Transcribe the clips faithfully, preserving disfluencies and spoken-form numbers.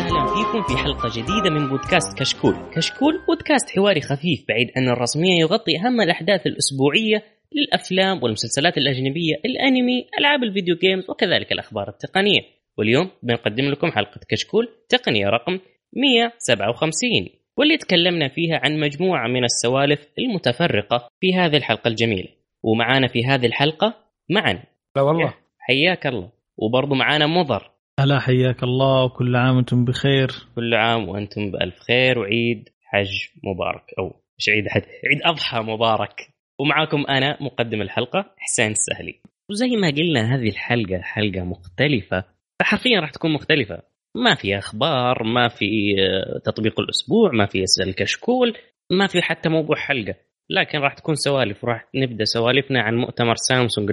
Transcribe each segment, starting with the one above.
وسهلا فيكم في حلقة جديدة من بودكاست كشكول. كشكول بودكاست حواري خفيف بعيد عن الرسمية، يغطي أهم الأحداث الأسبوعية للأفلام والمسلسلات الأجنبية، الأنمي، ألعاب الفيديو جيمز، وكذلك الأخبار التقنية. واليوم بنقدم لكم حلقة كشكول تقنية رقم مئة وسبعة وخمسين، واللي تكلمنا فيها عن مجموعة من السوالف المتفرقة في هذه الحلقة الجميلة. ومعانا في هذه الحلقة معا لا والله حياك الله، وبرضو معانا مضر. ألا حياك الله، وكل عام وانتم بخير. كل عام وأنتم بألف خير، وعيد حج مبارك، أو مش عيد حج، عيد أضحى مبارك. ومعاكم أنا مقدم الحلقة حسين السهلي. وزي ما قلنا هذه الحلقة حلقة مختلفة، فحرفيا راح تكون مختلفة. ما في أخبار، ما في تطبيق الأسبوع، ما في يسأل كشكول، ما في حتى موضوع حلقة، لكن راح تكون سوالف. وراح نبدأ سوالفنا عن مؤتمر سامسونج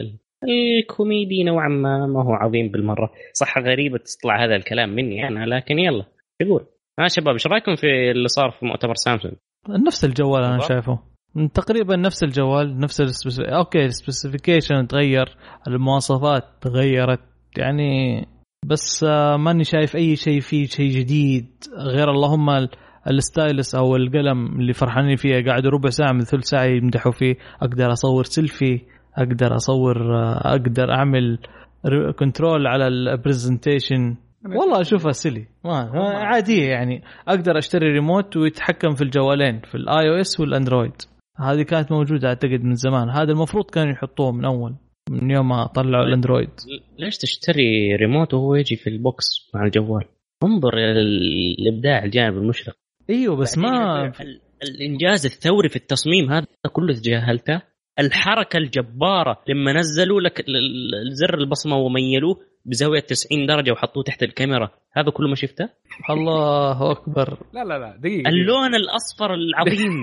الكوميدي نوعا ما ما هو عظيم بالمرة. صح غريبة تطلع هذا الكلام مني أنا، لكن يلا تقول. ها شباب، ايش رايكم في اللي صار في مؤتمر سامسونج؟ نفس الجوال انا شايفه تقريبا نفس الجوال، نفس السبس... اوكي السبيسيفيكيشن تغير، المواصفات تغيرت يعني، بس ماني شايف اي شيء فيه شيء جديد غير اللهم الستايلس او القلم اللي فرحانين فيه. قاعد ربع ساعه من ثلث ساعه يمدحوا فيه. اقدر اصور سيلفي، اقدر اصور، اقدر اعمل كنترول على البرزنتيشن. والله اشوفها سلي ما عاديه يعني. اقدر اشتري ريموت ويتحكم في الجوالين، في الاي او اس والاندرويد. هذه كانت موجوده اعتقد من زمان، هذا المفروض كانوا يحطوه من اول، من يوم ما طلعوا الاندرويد. ليش تشتري ريموت وهو يجي في البوكس مع الجوال؟ انظر الابداع، الجانب المشرق. ايوه بس ما الانجاز الثوري في التصميم هذا كله تجاهلته. الحركه الجباره لما نزلوا لك الزر البصمه وميلوه بزاويه تسعين درجه وحطوه تحت الكاميرا، هذا كله ما شفته. الله اكبر. لا لا لا دقيقه، اللون الاصفر العظيم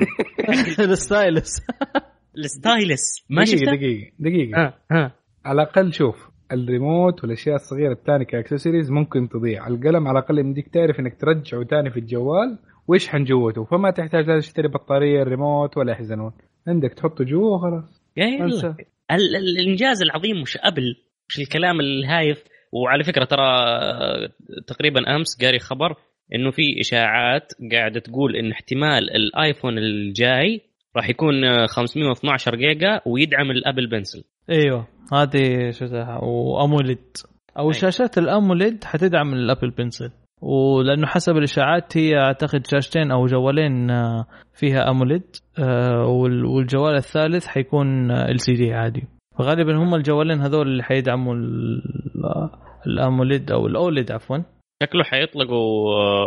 الستايلس الستايلس ما شفته. دقيقه دقيقه آه. آه. على الاقل شوف الريموت والاشياء الصغيره الثانيه كاكسسوارز ممكن تضيع. القلم على الاقل يمديك تعرف انك ترجعه ثاني في الجوال ويشحن جوته، فما تحتاج لا تشتري بطاريه الريموت ولا يحزنون، عندك تحطه جوا وخلاص. ال- الانجاز العظيم مش قبل، مش الكلام الهايف. وعلى فكره ترى تقريبا امس قاري خبر انه في اشاعات قاعده تقول ان احتمال الايفون الجاي راح يكون خمسمية واثني عشر جيجا ويدعم الابل بنسل. ايوه هذه شو واموليد او أي. شاشات الاموليد حتدعم الابل بنسل، ولانه حسب الاشاعات هي اعتقد شاشتين او جوالين فيها اموليد، والجوال الثالث حيكون ال سي دي عادي. فغالبا هم الجوالين هذول اللي حيدعموا الاموليد او الاوليد عفوا. شكله حيطلقوا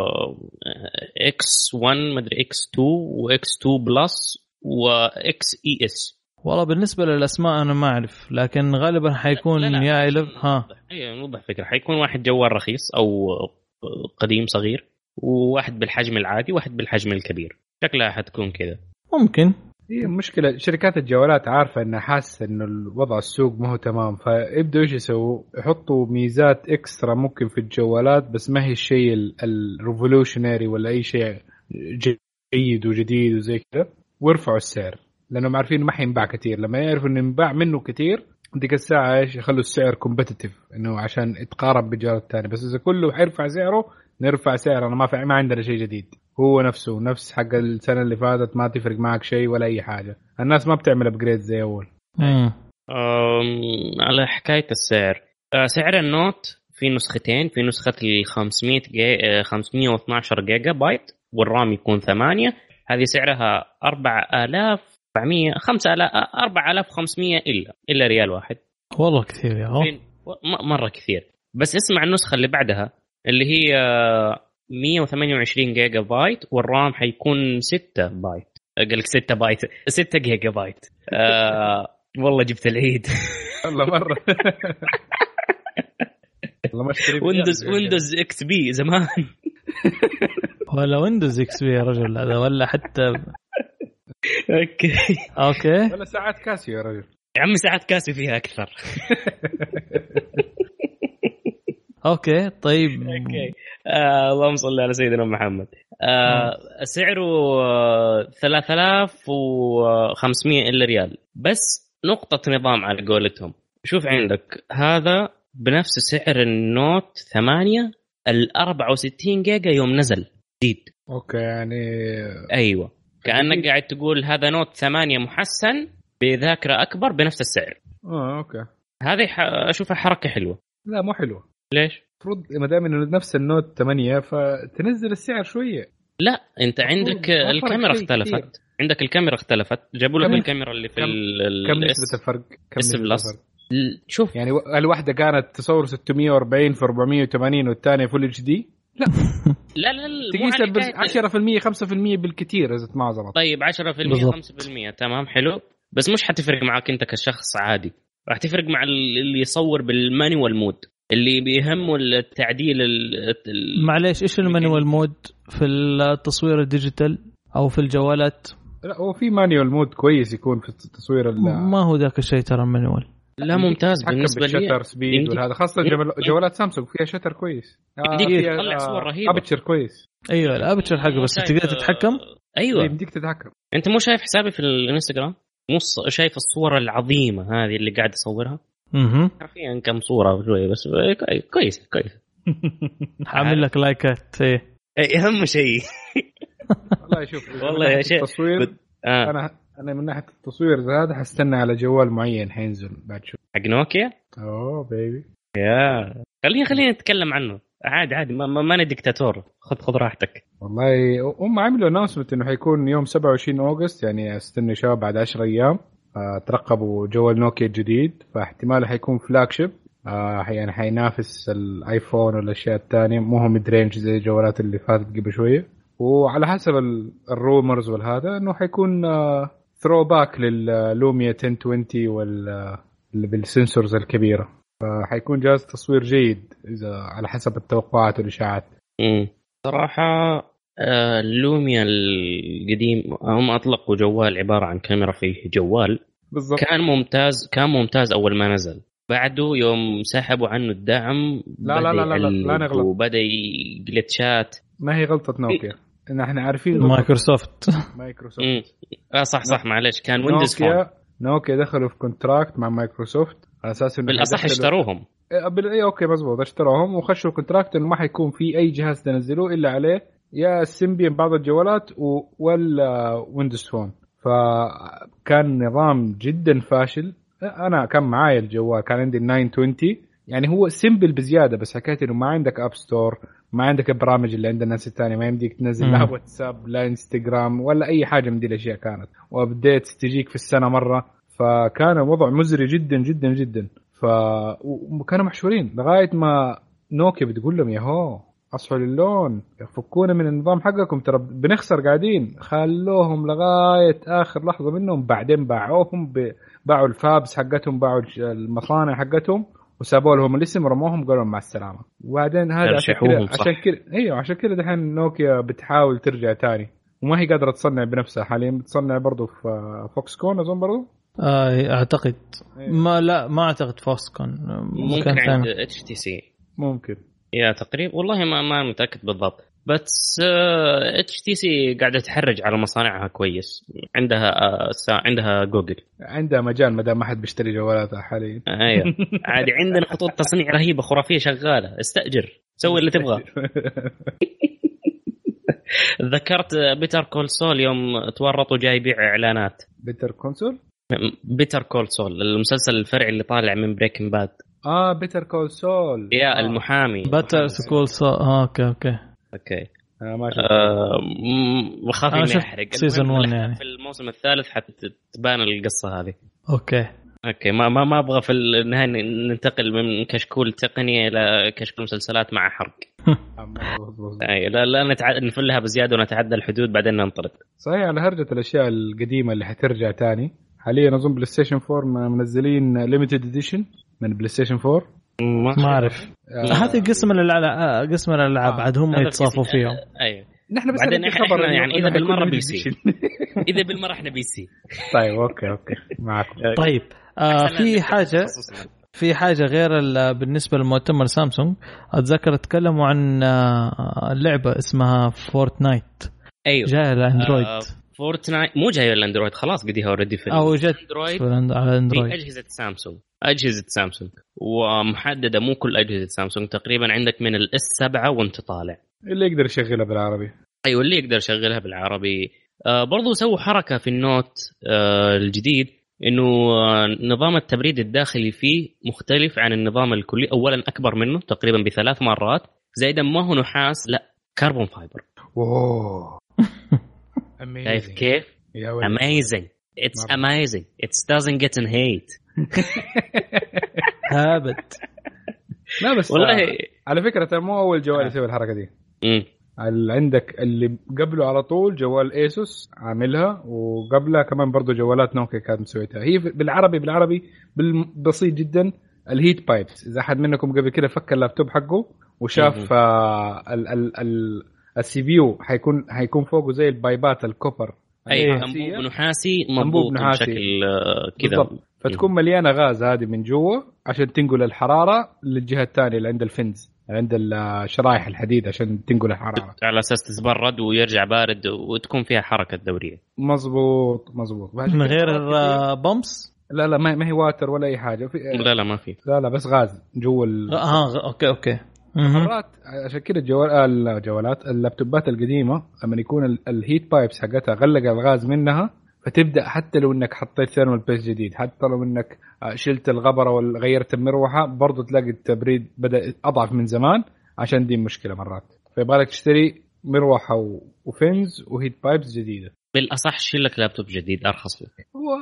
اكس واحد مدري اكس اثنين واكس اثنين بلس واكس اي اس. والله بالنسبه للاسماء انا ما اعرف، لكن غالبا حيكون لا لا يا إلف ها ايوه نوضح فكره. حيكون واحد جوال رخيص او قديم صغير، وواحد بالحجم العادي، واحد بالحجم الكبير. شكلها حتكون كذا ممكن. هي مشكلة شركات الجوالات عارفة إنها حاسة إنه الوضع السوق ما هو تمام، فيبدأوا إيش يسووا؟ يحطوا ميزات إكسترا ممكن في الجوالات، بس ما هي الشيء الريفولوشنري ولا أي شيء جيد وجديد وزي كذا، ويرفعوا السعر لأنهم عارفين ما حينباع كتير. لما يعرفوا إنه ينباع منه كتير ديك الساعة إيش يخلوا السعر كومبيتيتيف، إنه عشان يتقارب بالجوال الثاني. بس إذا كله حيرفع سعره نرفع سعر، أنا ما في ما عندنا شيء جديد، هو نفسه نفس حق السنة اللي فاتت، ما تفرق معك شيء ولا أي حاجة. الناس ما بتعمل أبجريد زي أول. امم على حكاية السعر، أه سعر النوت في نسختين، في نسخة ال خمسمية جي... خمسمية واثني عشر جيجا بايت والرام يكون ثمانية، هذه سعرها أربعة آلاف وأربعمية خمسة آلاف أربعة آلاف وخمسمية إلا إلا ريال واحد. والله كثير يا هو مرة كثير. بس اسمع النسخة اللي بعدها اللي هي مية وثمانية وعشرين جيجا بايت والرام حيكون ستة بايت. قال لك ستة بايت ستة جيجا بايت. آه والله جبت العيد والله مرة. والله ما اشتري ويندوز ويندوز اكس بي زمان ولا ويندوز اكس بي يا رجل هذا، ولا حتى اوكي اوكي ولا ساعات كاسيو يا رجل. يا عمي ساعات كاسيو فيها اكثر. اوكي طيب اوكي آه اللهم صل على سيدنا محمد. آه سعره آه ثلاثة آلاف وخمسمية إلا ريال، بس نقطة نظام على قولتهم. شوف عندك هذا بنفس سعر النوت ثمانية ال أربعة وستين جيجا يوم نزل جديد. اوكي يعني ايوه كانك قاعد تقول هذا نوت ثمانية محسن بذاكره اكبر بنفس السعر. اه اوكي هذه ح... اشوفها حركه حلوه. لا مو حلوه. ليش؟ المفروض ما دام انه نفس النوت ثمانية فتنزل السعر شويه. لا انت عندك الكاميرا اختلفت كتير. عندك الكاميرا اختلفت جابوا لك الكاميرا اللي في ال كم نسبه الفرق؟ كم نسبه الفرق؟ شوف يعني الواحده كانت تصور ستمية وأربعين في أربعمية وثمانين والثانيه فول اتش دي. لا لا لا تقيس عشرة بالمية خمسة بالمية بالكثير اذا ما ظبط. طيب عشرة بالمية خمسة بالمية تمام حلو بس مش حتفرق معك انت كشخص عادي راح تفرق مع اللي يصور بالمانيوال مود اللي بيهمه التعديل ال... معليش ايش المانيوال مود في التصوير الديجيتال او في الجوالات؟ لا هو في مانيوال مود كويس يكون في التصوير ما هو ذاك الشيء ترى المانيوال. لا ممتاز بالنسبه لي شتر سبيد وهذا خاصه جوالات سامسونج فيها شتر كويس يمديك آه تطلع صور رهيبه ابتشر كويس. ايوه الابتشر حقه بس تقدر تتحكم. ايوه يمديك تتحكم. انت مو شايف حسابي في الانستغرام مو شايف الصور العظيمه هذه اللي قاعد اصورها اها حرفيا كم صوره شويه بس كويس كويس عامل لك لايكات ايه اهم شيء والله شوف والله يا شيخ التصوير بد... آه. انا انا من ناحيه التصوير هذا حستنى على جوال معين حينزل بعد شوي حق نوكيا. اوه بيبي يا خلينا خلينا نتكلم عنه عادي عادي ما ما انا ديكتاتور خذ خذ راحتك. والله هم عملوا اناونسمنت انه حيكون يوم سبعة وعشرين أغسطس يعني استنى شباب بعد عشرة ايام آه ترقبوا جوال نوكيا الجديد فاحتمال حيكون فلاج شيب آه يعني حينافس الايفون والاشياء الثانيه مو هو ميد رينج زي الجوالات اللي فاتت قبل شويه. وعلى حسب الرومرز والهذا انه حيكون آه ثرو باك لللوميا عشرة عشرين وال اللي بالسنسورز الكبيره فحيكون جهاز تصوير جيد اذا على حسب التوقعات والاشاعات. امم صراحه اللوميا القديم هم اطلقوا جوال عباره عن كاميرا فيه جوال بالضبط. كان ممتاز كان ممتاز اول ما نزل بعده يوم سحبوا عنه الدعم لا لا لا لا, لا, لا نغلط وبدا جلتشات. ما هي غلطه نوكيا ان احنا عارفين مايكروسوفت مايكروسوفت اه صح صح معلش كان ويندوز فون. نوكيا دخلوا في كونتراكت مع مايكروسوفت على اساس انه بالاصح اشتروهم اي اوكي مزبوط اشتروهم وخشوا كونتراكت انه ما حيكون في اي جهاز تنزلوه الا عليه يا السيمبيان بعض الجوالات ولا ويندوز فون. فكان نظام جدا فاشل. انا كان معايا الجوال كان عندي تسعمية وعشرين يعني هو سيمبل بزياده بس حكيت انه ما عندك اب ستور ما عندك البرامج اللي عند الناس الثانيه ما يمديك تنزل لا واتساب لا انستغرام ولا اي حاجه من دي الاشياء كانت وابديت تجيك في السنه مره فكان الوضع مزري جدا جدا جدا. فكانوا محشورين لغايه ما نوكيا بتقول لهم ياهو اصحوا للون يفكونا من النظام حقكم ترى بنخسر قاعدين. خلوهم لغايه اخر لحظه منهم بعدين باعوهم باعوا الفابس حقتهم باعوا المصانع حقتهم وسابوا لهم الاسم ورموهم قالوا مع السلامه. وبعدين هذا عشان كذا عشان كذا ايوه عشان كذا دحين نوكيا بتحاول ترجع تاني وما هي قادره تصنع بنفسها حاليا بتصنع برضو في فوكس كون اظن برضو آه اعتقد أيوة. ما لا ما اعتقد فوكس كون ممكن عند اتش تي سي ممكن يا تقريبا والله ما ما متاكد بالضبط بس اتش تي سي قاعده تحرج على مصانعها كويس عندها عندها جوجل عندها مجال ما دام ما حد بيشتري جوالاتها حاليا. ايوه عادي عندنا خطوط تصنيع رهيبه خرافيه شغاله استاجر سوي اللي تبغاه. ذكرت بيتر كول سول يوم تورطوا جاي يبيع اعلانات. بيتر كونسول بيتر كول سول المسلسل الفرعي اللي طالع من بريكنج باد. اه بيتر كول سول يا آه. المحامي بيتر كول سول اه اوكي اوكي اوكي انا ما شفت آه بخاف اني احرق سيزون واحد يعني في الموسم الثالث حتبان القصه هذه. اوكي اوكي ما ما ما ابغى في النهايه ننتقل من كشكول تقنيه الى كشكول مسلسلات مع حرق. اي لا لا نتع... نفلها بزياده ونتعدى الحدود بعدين ننطرد. صحيح على هرجه الاشياء القديمه اللي حترجع تاني حاليا اظن بلاي ستيشن فور منزلين ليميتد اديشن من بلاي ستيشن فور ما اعرف آه هذه قسم الالعاب قسم الالعاب آه عاد هم يتصافوا فيهم. ايوه نحن بس بعدين احنا يعني اذا بالمره بي سي اذا بالمره احنا بي سي. طيب اوكي اوكي معكم. طيب آه في حاجه في حاجه غير بالنسبه للمؤتمر سامسونج اتذكر تكلموا عن لعبه اسمها فورتنايت. ايوه جايه الاندرويد. آه فورتنايت مو جاي الاندرويد خلاص قديها اوريدي في او جت الاندرويد على اندرويد في اجهزه سامسونج اجهزه سامسونج ومحدده مو كل اجهزه سامسونج تقريبا عندك من الاس سبعة وانت طالع اللي يقدر يشغلها بالعربي. ايوه اللي يقدر يشغلها بالعربي. آه برضو سووا حركه في النوت آه الجديد انه آه نظام التبريد الداخلي فيه مختلف عن النظام الكلي. اولا اكبر منه تقريبا بثلاث مرات زائدا ما هو نحاس لا كربون فايبر. واو شايف كيف amazing it's amazing it doesn't get in hate هابت. لا بس والله على فكره ترى مو اول جوال يسوي الحركه دي. امم عندك اللي قبله على طول جوال ايسوس عاملها وقبلها كمان برضو جوالات نوكيا كانت مسويتها. هي بالعربي بالعربي بسيط جدا الهيت بايبس. اذا احد منكم قبل كده فك اللابتوب حقه وشاف آه ال ال ال السي بي يو حيكون حيكون فوقه زي البايبات الكوبر اي انبوب نحاسي منبوط بشكل كذا فتكون مليانه غاز هذه من جوا عشان تنقل الحراره للجهه الثانيه اللي عند الفنز عند الشرايح الحديد عشان تنقل الحراره على اساس تتبرد ويرجع بارد وتكون فيها حركه دوريه. مزبوط مزبوط من غير بامبس. لا لا ما هي واتر ولا اي حاجه في لا لا ما في لا لا بس غاز جوا ال... اه اوكي اوكي مرات عشان كده الجوال الجوالات اللابتوبات القديمه لما يكون الهيت بايبس حقتها غلق الغاز منها فتبدا حتى لو انك حطيت ثيرمال بيس جديد حتى لو انك شلت الغبره وغيرت المروحه برضو تلاقي التبريد بدا اضعف من زمان عشان دي مشكله مرات. فيبغى لك تشتري مروحه وفنز وهيت بايبس جديده. بالاصح شيل لك لابتوب جديد ارخص لك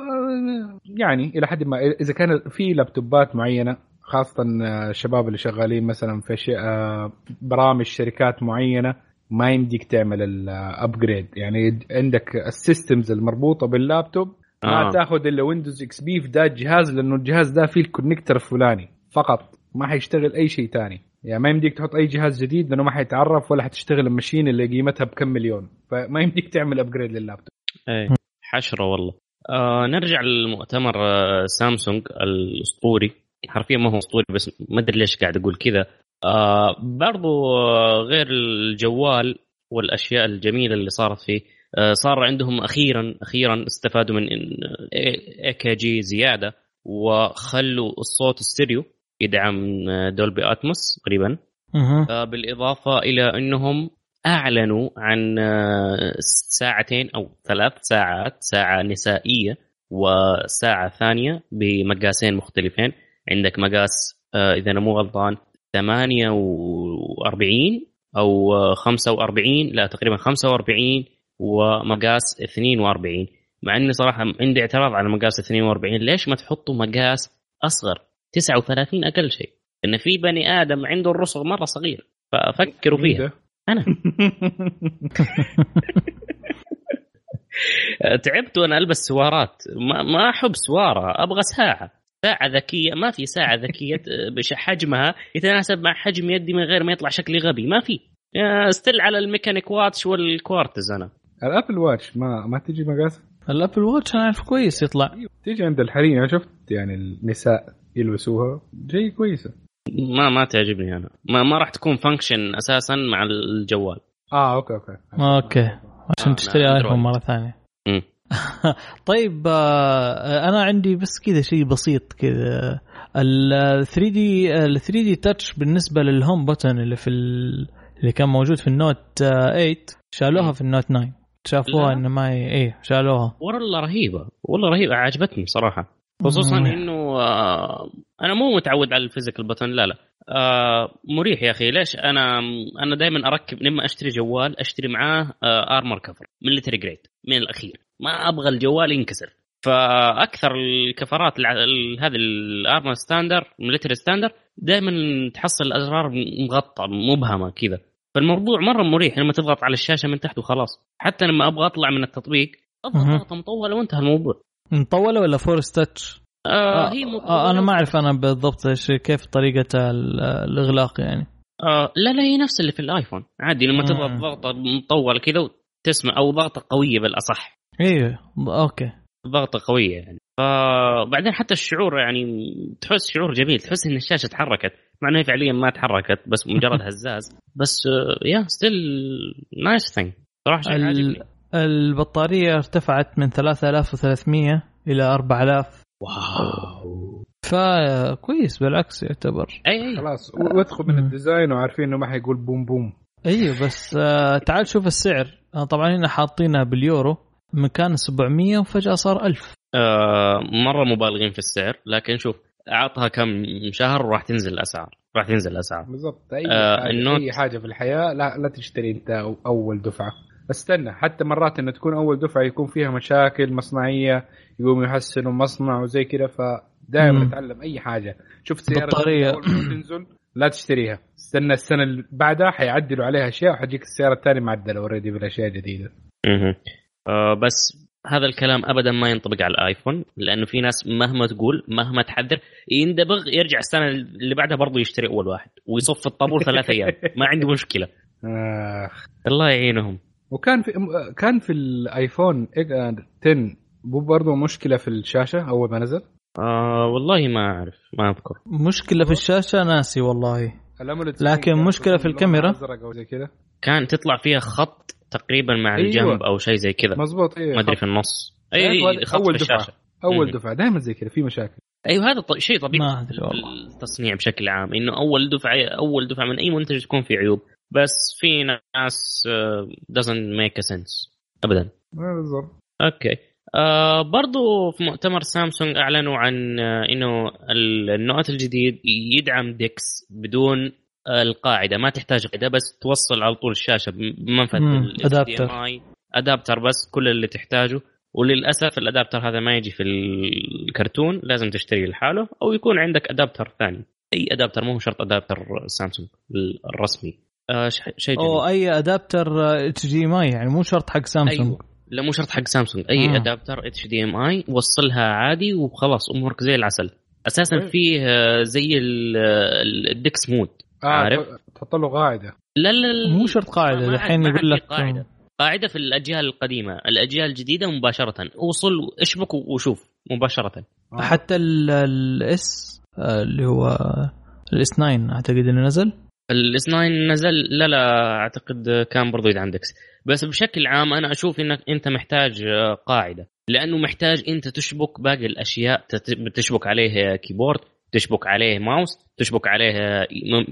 يعني الى حد ما. اذا كان في لابتوبات معينه خاصة الشباب اللي شغالين مثلا في شيء برامج شركات معينة ما يمديك تعمل الابجريد يعني عندك السيستمز المربوطة باللابتوب آه. ما تاخذ الا ويندوز اكس بي في ده الجهاز لانه الجهاز ده فيه الكونكتر الفلاني فقط ما حيشتغل اي شيء تاني. يعني ما يمديك تحط اي جهاز جديد لانه ما حيتعرف ولا حتشتغل الماشين اللي قيمتها بكم مليون فما يمديك تعمل ابجريد لللابتوب. اي حشرة والله. آه نرجع للمؤتمر آه سامسونج الاسطوري حرفيا ما هو اسطوري بس ما ادري ليش قاعد اقول كذا. آه برضو آه غير الجوال والاشياء الجميله اللي صارت فيه آه صار عندهم اخيرا اخيرا استفادوا من اي كي جي زياده وخلوا الصوت الستيريو يدعم دولبي اتموس تقريبا. آه بالاضافه الى انهم اعلنوا عن آه ساعتين او ثلاث ساعات ساعه نسائيه وساعه ثانيه بمقاسين مختلفين. عندك مقاس آه إذا أنا مو غلطان ثمانية وأربعين أو خمسة وأربعين لا تقريبا خمسة وأربعين ومقاس اثنين وأربعين. مع أني صراحة عندي اعتراض على مقاس اثنين وأربعين. ليش ما تحطوا مقاس أصغر تسعة وثلاثين أقل شيء لأن في بني آدم عنده الرسغ مرة صغير ففكروا فيها. أنا تعبت وأنا ألبس سوارات ما, ما أحب سوارة أبغى ساعة ساعة ذكية. ما في ساعة ذكية بحجمها يتناسب مع حجم يدي من غير ما يطلع شكلي غبي. ما في استل على الميكانيك واتش والكوارتز. أنا الأبل واتش ما ما تيجي مقاس. الأبل واتش أنا أعرف كويس يطلع تيجي عند الحريم. أنا شفت يعني النساء يلبسوها جاي كويسة. ما ما تعجبني أنا ما ما راح تكون فانكشن أساسا مع الجوال. آه أوكي أوكي أوكي عشان آه تشتري آيفون مرة ثانية. طيب انا عندي بس كذا شيء بسيط كذا. ال ثري دي ال ثري دي تاتش بالنسبه للهوم بutton اللي في اللي كان موجود في النوت ثمانية شالوها في النوت تسعة. شافوها انه ما ايه شالوها. والله رهيبه والله رهيبه عجبتني صراحه خصوصا انه آه انا مو متعود على الفيزيكال بutton. لا لا آه مريح يا اخي. ليش انا انا دائما اركب لما اشتري جوال اشتري معاه آه ارمر كفر ميليتري جريد من الاخير. ما ابغى الجوال ينكسر. فاكثر الكفرات هذه الارمر ستاندر ميليتري ستاندر دائما تحصل الازرار مغطى مبهمه كذا. فالموضوع مره مريح لما تضغط على الشاشه من تحت وخلاص. حتى لما ابغى اطلع من التطبيق اضغط ضغطه مطوله وانتهى الموضوع. مطوله ولا فورس تاتش؟ آه آه هي آه انا ما اعرف انا بالضبط ايش كيف طريقه الاغلاق يعني. آه لا لا هي نفس اللي في الايفون عادي. لما تضغط ضغطه مطوله كذا وتسمع او ضغطه قويه بالاصح. ايوه اوكي ضغطه قويه يعني. فبعدين حتى الشعور يعني تحس شعور جميل. تحس ان الشاشه تحركت مع انها فعليا ما تحركت بس مجرد هزاز. بس يا ستيل نايس ثينج صراحه شيء عاجبني. البطارية ارتفعت من ثلاثة آلاف وثلاثمية إلى أربعة آلاف. واو فكويس بالعكس يعتبر. أي أي. خلاص وادخل من الديزاين وعارفين إنه ما حيقول بوم بوم. أيوة بس آه تعال شوف السعر. آه طبعا هنا حاطينها باليورو، مكان سبعمية وفجأة صار ألف. آه مرة مبالغين في السعر، لكن شوف عطها كم شهر وراح تنزل الأسعار، راح تنزل الأسعار بالضبط. أي آه حاجة النوت... أي حاجة في الحياة لا لا تشتري أنت أول دفعة. استنى حتى مرات إنه تكون أول دفعة يكون فيها مشاكل مصنعية، يقوموا يحسنوا مصنع وزي كده. فدائما نتعلم أي حاجة. شفت سيارة أول ما تنزل لا تشتريها، استنى السنة اللي بعدها حيعدلوا عليها أشياء وحجيك السيارة الثانية معدلة أوريدي بالأشياء جديدة. آه بس هذا الكلام أبدا ما ينطبق على الآيفون، لأنه في ناس مهما تقول مهما تحذر يندبغ يرجع السنة اللي بعدها برضو يشتري أول واحد ويصف الطابور ثلاثة أيام ما عنده مشكلة. آه. الله يعينهم. وكان في كان في الآيفون عشرة مو برضو مشكلة في الشاشة أول ما نزل؟ آه والله ما أعرف ما أذكر. مشكلة في الشاشة ناسي والله، لكن مشكلة في الكاميرا كان تطلع فيها خط تقريبا مع أيوة. الجنب أو شيء زي كذا مظبوط. أيوة. ما أدري في النص أي أيوة. خط أول في دفعة الشاشة. أول دفعة دائما زي كذا في مشاكل. أيوة هذا ط... شيء طبيعي التصنيع بشكل عام، إنه أول دفعة أول دفعة من أي منتج تكون في عيوب، بس في ناس uh, doesn't make a sense أبدا. بالضبط. أوكي. آه برضو في مؤتمر سامسونج أعلنوا عن آه إنه النوت الجديد يدعم ديكس بدون آه القاعدة، ما تحتاج قاعدة بس توصل على طول الشاشة بمنفذ أدابتر أدابتر بس كل اللي تحتاجه. وللأسف الأدابتر هذا ما يجي في الكرتون، لازم تشتري لحاله أو يكون عندك أدابتر ثاني، أي أدابتر مو شرط أدابتر سامسونج الرسمي. آه شيء أو أي أدابتر اتش دي ام اي يعني مو شرط حق سامسونج. أيوه. لا مو شرط حق سامسونج، اي آه. ادابتر اتش دي ام اي وصلها عادي وخلاص امورك زي العسل. اساسا فيه زي الدكس مود آه عارف تحط له قاعده. لا لا, لا مو شرط قاعده الحين يقول لك قاعده قاعده في الاجيال القديمه، الاجيال الجديده مباشره اوصل اشبك وشوف مباشره. آه. حتى الاس اللي هو الاس تسعة اعتقد انه نزل الاس تسعة نزل. لا لا اعتقد كان برضو يدعم دكس، بس بشكل عام أنا أشوف إنك أنت محتاج قاعدة، لأنه محتاج أنت تشبك باقي الأشياء، تشبك عليه كيبورد، تشبك عليه ماوس، تشبك عليه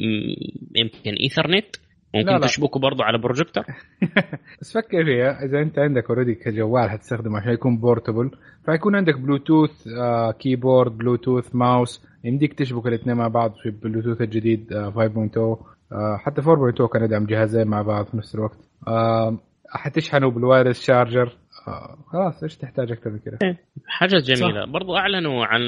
يمكن إيثرنت، ممكن لا لا. تشبكه برضو على بروجيكتور. بس فكر فيها، إذا أنت عندك أوريدي كجوال هتستخدمه عشان يكون بورتبل، فيكون عندك بلوتوث آه كيبورد، بلوتوث ماوس، يمديك تشبك الاثنين مع بعض في البلوتوث الجديد آه خمسة نقطة صفر. آه حتى أربعة نقطة صفر كان يدعم جهازين مع بعض في نفس الوقت. آه حتشحنوا بالوايرلس شارجر. آه خلاص ايش تحتاج اكثر من كده؟ حاجه جميله. برضو اعلنوا عن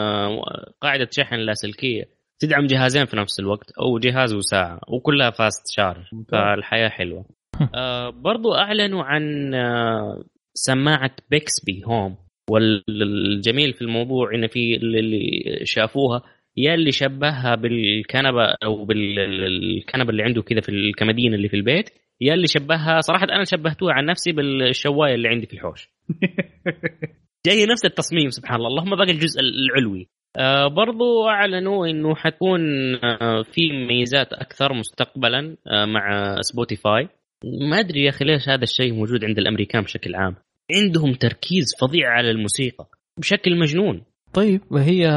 قاعده شحن لاسلكيه تدعم جهازين في نفس الوقت او جهاز وساعه وكلها فاست شارج، فالحياه حلوه. آه برضو اعلنوا عن آه سماعه بيكسبي هوم، والجميل في الموضوع ان في اللي شافوها يا اللي شبهها بالكنبه او بالكنبه اللي عنده كذا في الكمدين اللي في البيت، يا اللي شبهها صراحه انا شبهتوها عن نفسي بالشوايه اللي عندي في الحوش. جاي نفس التصميم سبحان الله، اللهم باقي الجزء العلوي. آه برضو اعلنوا انه حتكون آه في ميزات اكثر مستقبلا آه مع سبوتيفاي. ما ادري يا اخي ليش هذا الشيء موجود عند الامريكان بشكل عام، عندهم تركيز فظيع على الموسيقى بشكل مجنون. طيب هي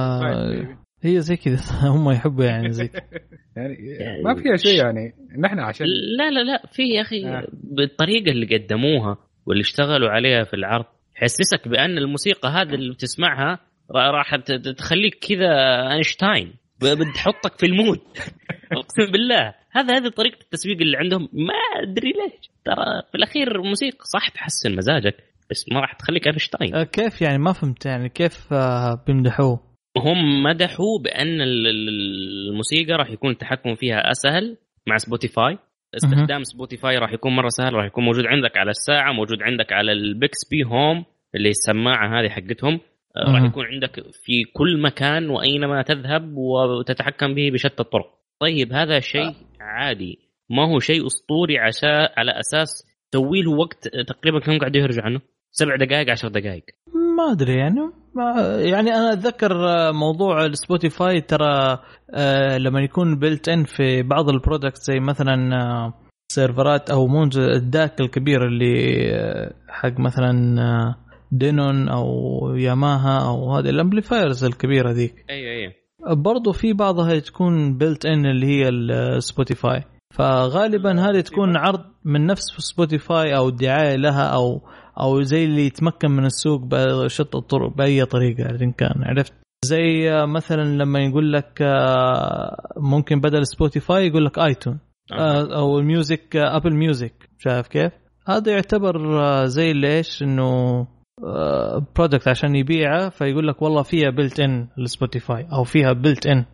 هي زي كذا هم يحبوا يعني زي يعني ما فيها شيء يعني نحن عشان لا لا لا في يا اخي آه. بالطريقه اللي قدموها واللي اشتغلوا عليها في العرض يحسسك بان الموسيقى هذه اللي بتسمعها راح تخليك كذا اينشتاين، بتحطك في المود. اقسم بالله هذا هذه طريقه التسويق اللي عندهم. ما ادري ليش، ترى في الاخير الموسيقى صح تحسن مزاجك بس ما راح تخليك اينشتاين. كيف يعني ما فهمت يعني كيف بيمدحوه؟ هم مدحوا بأن الموسيقى راح يكون التحكم فيها أسهل مع سبوتيفاي. استخدام سبوتيفاي راح يكون مرة سهل، راح يكون موجود عندك على الساعة، موجود عندك على البيكسبي هوم اللي السماعة هذه حقتهم، راح يكون عندك في كل مكان وأينما تذهب وتتحكم به بشتى الطرق. طيب هذا شيء عادي، ما هو شيء أسطوري عشان على أساس تسوي له وقت تقريبا كم قاعد يهرج عنه سبع دقائق عشر دقائق ما أدري يعني ما يعني أنا أتذكر موضوع السبوتيفاي ترى آه لما يكون بيلت إن في بعض البرودكت زي مثلا سيرفرات او مو الداك الكبير اللي حق مثلا دينون او ياماها او هذه الامبليفايرز الكبيره ذيك. ايوه ايوه برضو في بعضها تكون بيلت ان اللي هي السبوتيفاي، فغالبا هذه تكون عرض من نفس سبوتيفاي او دعايه لها او او زي اللي يتمكن من السوق بشتى الطرق باي طريقه ان كان. عرفت زي مثلا لما يقول لك ممكن بدل سبوتيفاي يقول لك ايتون او الميوزك ابل ميوزك. شايف كيف؟ هذا يعتبر زي ليش انه برودكت عشان يبيعه فيقول لك والله فيها بيلت ان السبوتيفاي او فيها بيلت ان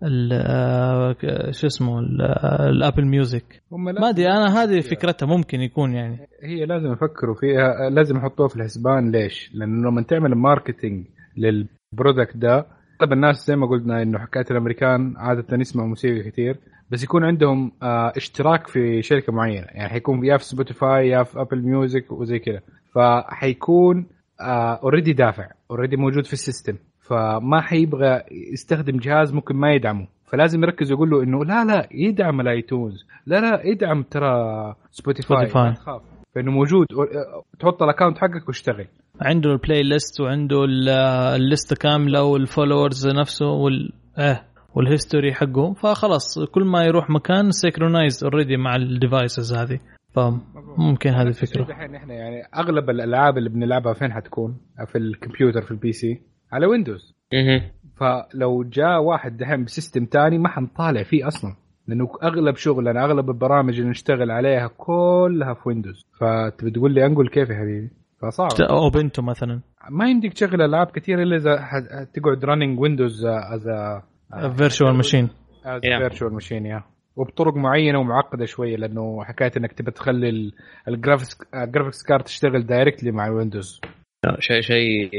شو اسمه الابل ميوزك. ما ادري انا هذه فكرتها ممكن يكون يعني هي لازم يفكروا فيها، لازم يحطوها في الحسبان. ليش؟ لانه لما تعمل ماركتينج للبرودكت ده اغلب الناس زي ما قلنا انه حكايه الامريكان عاده يسمعوا موسيقى كتير، بس يكون عندهم اه اشتراك في شركه معينه، يعني حيكون يا في سبوتيفاي يا في ابل ميوزك وزي كده، فحيكون اوريدي اه دافع اوريدي موجود في السيستم، فما حيبغى يستخدم جهاز ممكن ما يدعمه. فلازم يركز يقول له انه لا لا يدعم الايتونز، لا لا يدعم ترى سبوتيفاي, سبوتيفاي. تخاف فانه موجود، تحط الاكونت حقك واشتغل. عنده البلاي ليست وعنده الليست كامله والفولورز نفسه وال اه والهيستوري حقه، فخلاص كل ما يروح مكان سينكرونايز اوريدي مع الديفايسز هذه. فممكن هذه الفكره. الحين احنا يعني اغلب الالعاب اللي بنلعبها فين حتكون؟ في الكمبيوتر في البي سي على ويندوز. اها فلو جاء واحد دحين بسيستم تاني ما حنطالع فيه اصلا، لانه اغلب شغلنا اغلب البرامج اللي نشتغل عليها كلها في ويندوز. فانت بتقول لي انقل كيف يا حبيبي؟ فصعب. اوبنتو مثلا ما يمديك تشغل العاب كثير الا اذا تقعد رانينج ويندوز از فيرتشوال ماشين از فيرتشوال ماشين يا وبطرق معينه ومعقده شويه، لانه حكايه انك تبي تخلي الجرافيكس الجرافيكس كارت تشتغل دايركتلي مع ويندوز. شيء شيء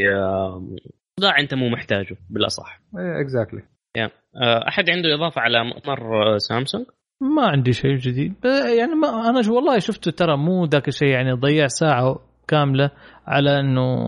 صداع انت مو محتاجه بالاصح. اكزاكتلي. احد عنده اضافه على مؤتمر سامسونج؟ ما عندي شيء جديد يعني. ما انا جو والله شفته ترى مو ذاك الشيء يعني ضيع ساعه كامله على انه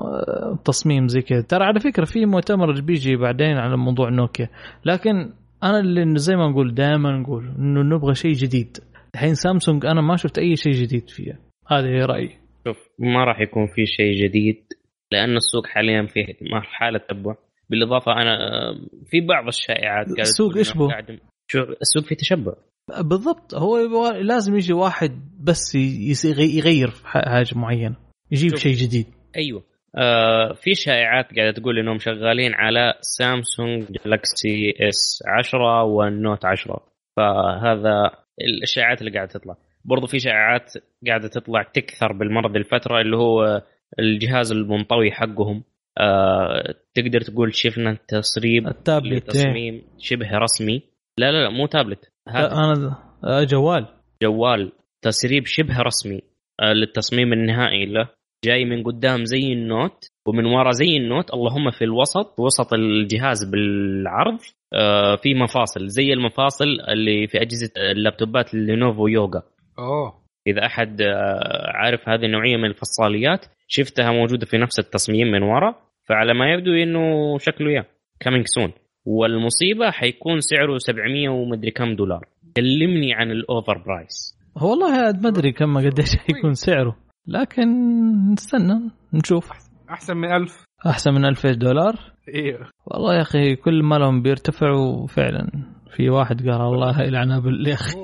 تصميم زي كذا. ترى على فكره في مؤتمر بيجي بعدين على موضوع نوكيا، لكن انا اللي زي ما نقول دائما نقول انه نبغى شيء جديد. الحين سامسونج انا ما شفت اي شيء جديد فيها، هذا رايي. شوف ما راح يكون في شيء جديد لأن السوق حاليا فيه مرحلة تبع. بالإضافة أنا في بعض الشائعات قاعدة السوق إيش بو؟ شو السوق فيه تشبع بالضبط. هو لازم يجي واحد بس يغير حاجة معينة، يجيب شيء جديد. أيوة آه في شائعات قاعدة تقول إنهم شغالين على سامسونج جالاكسي اس عشرة والنوت عشرة، فهذا الشائعات اللي قاعدة تطلع. برضو في شائعات قاعدة تطلع تكثر بالمرض الفترة اللي هو الجهاز المنطوي حقهم. آه تقدر تقول شفنا تسريب التابلت تصميم شبه رسمي. لا لا لا مو تابلت، هذا أنا جوال جوال تسريب شبه رسمي آه للتصميم النهائي له، جاي من قدام زي النوت ومن وراء زي النوت، اللهم في الوسط وسط الجهاز بالعرض آه في مفاصل زي المفاصل اللي في أجهزة اللابتوبات لينوفو يوغا. أوه. إذا أحد عارف هذه النوعية من الفصاليات شفتها موجودة في نفس التصميم من وراء، فعلى ما يبدو إنه شكله يا coming soon. والمصيبة حيكون سعره سبعمية ومدري كم دولار. كلمني عن الأوفر برايس. هو والله ما أدري كم قديش حيكون سعره، لكن نستنى نشوف. أحسن من ألف أحسن من ألف دولار. إيه والله يا أخي كل ما لهم بيرتفعوا فعلا. في واحد قال الله يلعن أبل يا أخي.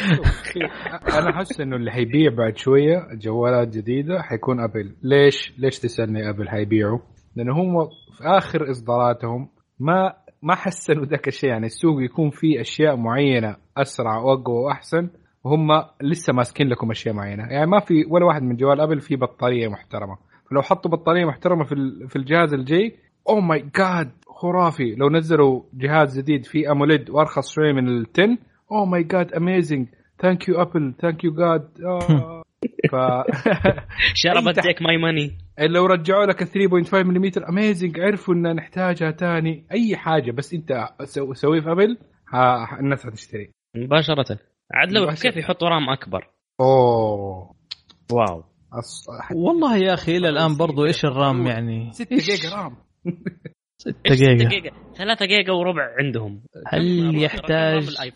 أنا أحس إنه اللي حيبيع بعد شوية جوالات جديدة حيكون أبل. ليش ليش تسألني أبل حيبيعوا؟ لأنه هم في آخر إصداراتهم ما ما حسنوا ذاك الشيء. يعني السوق يكون فيه أشياء معينة أسرع وأقوى وأحسن، وهم لسه ماسكين لكم أشياء معينة. يعني ما في ولا واحد من جوال أبل فيه بطارية محترمة، فلو حطوا بطارية محترمة في في الجهاز الجاي أوه ماي جاد خرافي. لو نزلوا جهاز جديد فيه أموليد وأرخص شوي من التن أوه ماي جاد أميزنج ثانك يو أبل ثانك يو جاد. ف شربت تيك ماي ماني. لو رجعوا لك ثلاثة فاصلة خمسة ملم أميزنج عرفوا إن نحتاجها تاني أي حاجة، بس أنت سوي في أبل ها الناس هتشتري مباشرة. عاد لو كيف يحطوا رام أكبر؟ أوه واو أص... والله يا أخي إلى الآن برضو إيش الرام يعني ستة جيجا رام ستة جيجا ثلاثة جيجا وربع عندهم. هل يحتاج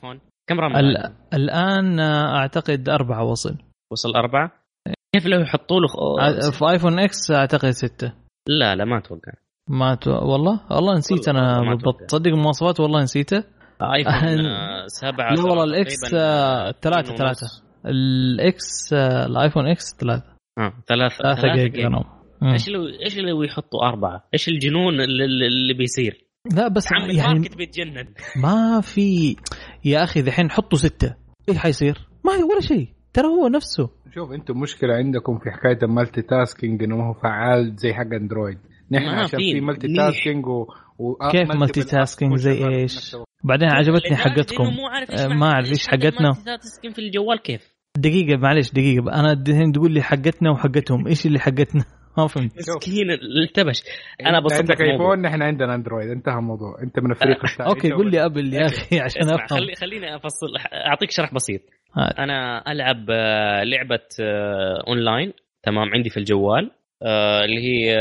كم رام ال... الان اعتقد أربعة وصل وصل أربعة. كيف لو يحطوا له خ... في ايفون اكس اعتقد ستة. لا لا ما اتوقع. ما تو... والله والله نسيت والله انا بالضبط. تصدق المواصفات والله نسيته. ايفون سبعة. لا والله الاكس ثلاثة ثلاثة الاكس الايفون اكس ثلاثة اه ثلاثة ثلاثة جيجا رام. ايش لو ايش لو يحطوا أربعة؟ ايش الجنون اللي, اللي بيصير؟ لا بس يعني الماركت بيتجنن. ما في يا اخي ذحين حطوا ستة ايش حيصير؟ ما هي ولا شيء ترى هو نفسه. شوف انتم مشكله عندكم في حكايه المالتي تاسكينج انه ما هو فعال زي حق اندرويد. نحن عشان في مالتي تاسكينج و... و... كيف مالتي تاسكينج زي ايش؟ بعدين عجبتني حقتكم ما اعرف ايش حقتنا مالتي تاسكينج في الجوال كيف. دقيقه معلش دقيقه انا الحين تقول لي حقتنا وحقتهم ايش اللي حقتنا؟ ما فهمت. مسكين التبش. انا بس عندك ايفون نحن عندنا اندرويد انتهى الموضوع. انت من الفريق الثاني. اوكي قول لي ابل يا اخي عشان افهم. خلي خليني افصل اعطيك شرح بسيط. هاد. انا العب لعبه اونلاين تمام عندي في الجوال اللي هي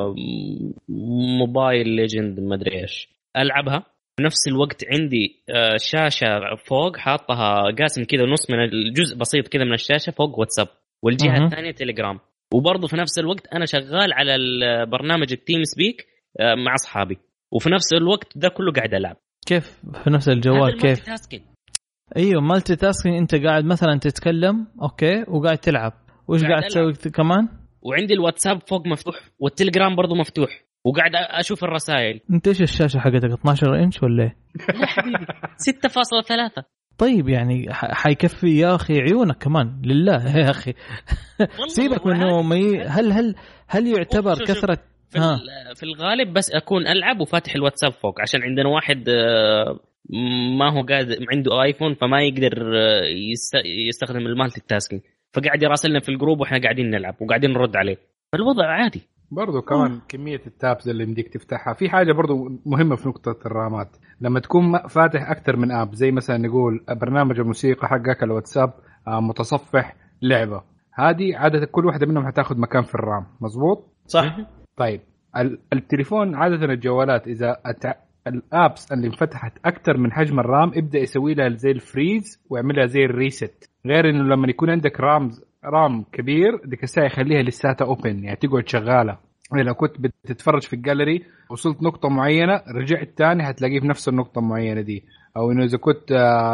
موبايل ليجند ما ادري ايش. العبها بنفس الوقت عندي شاشه فوق حاطها قاسم كذا نص من الجزء بسيط كذا من الشاشه فوق واتساب والجهه أه. الثانيه تليجرام. وبرضه في نفس الوقت أنا شغال على البرنامج التيم سبيك مع أصحابي وفي نفس الوقت ده كله قاعد ألعب. كيف في نفس الجوال كيف؟ تاسكين. أيوة مالتي تاسكين. أنت قاعد مثلا تتكلم أوكي وقاعد تلعب وإيش قاعد, قاعد تسوي كمان؟ وعندي الواتساب فوق مفتوح والتليجرام برضه مفتوح وقاعد أشوف الرسائل. أنت إيش الشاشة حقتك اثناشر إنش ولا إيه؟ لا حبيبي ستة فاصلة ثلاثة. طيب يعني حيكفي يا أخي عيونك كمان لله يا أخي. سيبك منه مي... هل هل هل يعتبر كثرة في, في الغالب بس أكون ألعب وفاتح الواتساب فوق عشان عندنا واحد ما هو قاعد عنده آيفون فما يقدر يستخدم المالتي تاسكينج فقاعد يراسلنا في الجروب وإحنا قاعدين نلعب وقاعدين نرد عليه فالوضع عادي. برضو كمان أوه. كمية التابز اللي بدك تفتحها في حاجة برضو مهمة في نقطة الرامات. لما تكون فاتح أكتر من آب زي مثلا نقول برنامج الموسيقى حقك الواتساب متصفح لعبة هذه عادة كل واحدة منهم هتاخد مكان في الرام مظبوط صح. طيب التليفون عادة الجوالات إذا أتع... الابس اللي انفتحت اكثر من حجم الرام ابدا يسوي لها زي الفريز ويعملها زي الريست. غير انه لما يكون عندك رام رام كبير ديك الساعه يخليها لساتها اوبن يعني تقعد شغاله. لو كنت بتتفرج في الجاليري وصلت نقطه معينه رجعت تاني هتلاقيه في نفس النقطه المعينه دي. او انه اذا كنت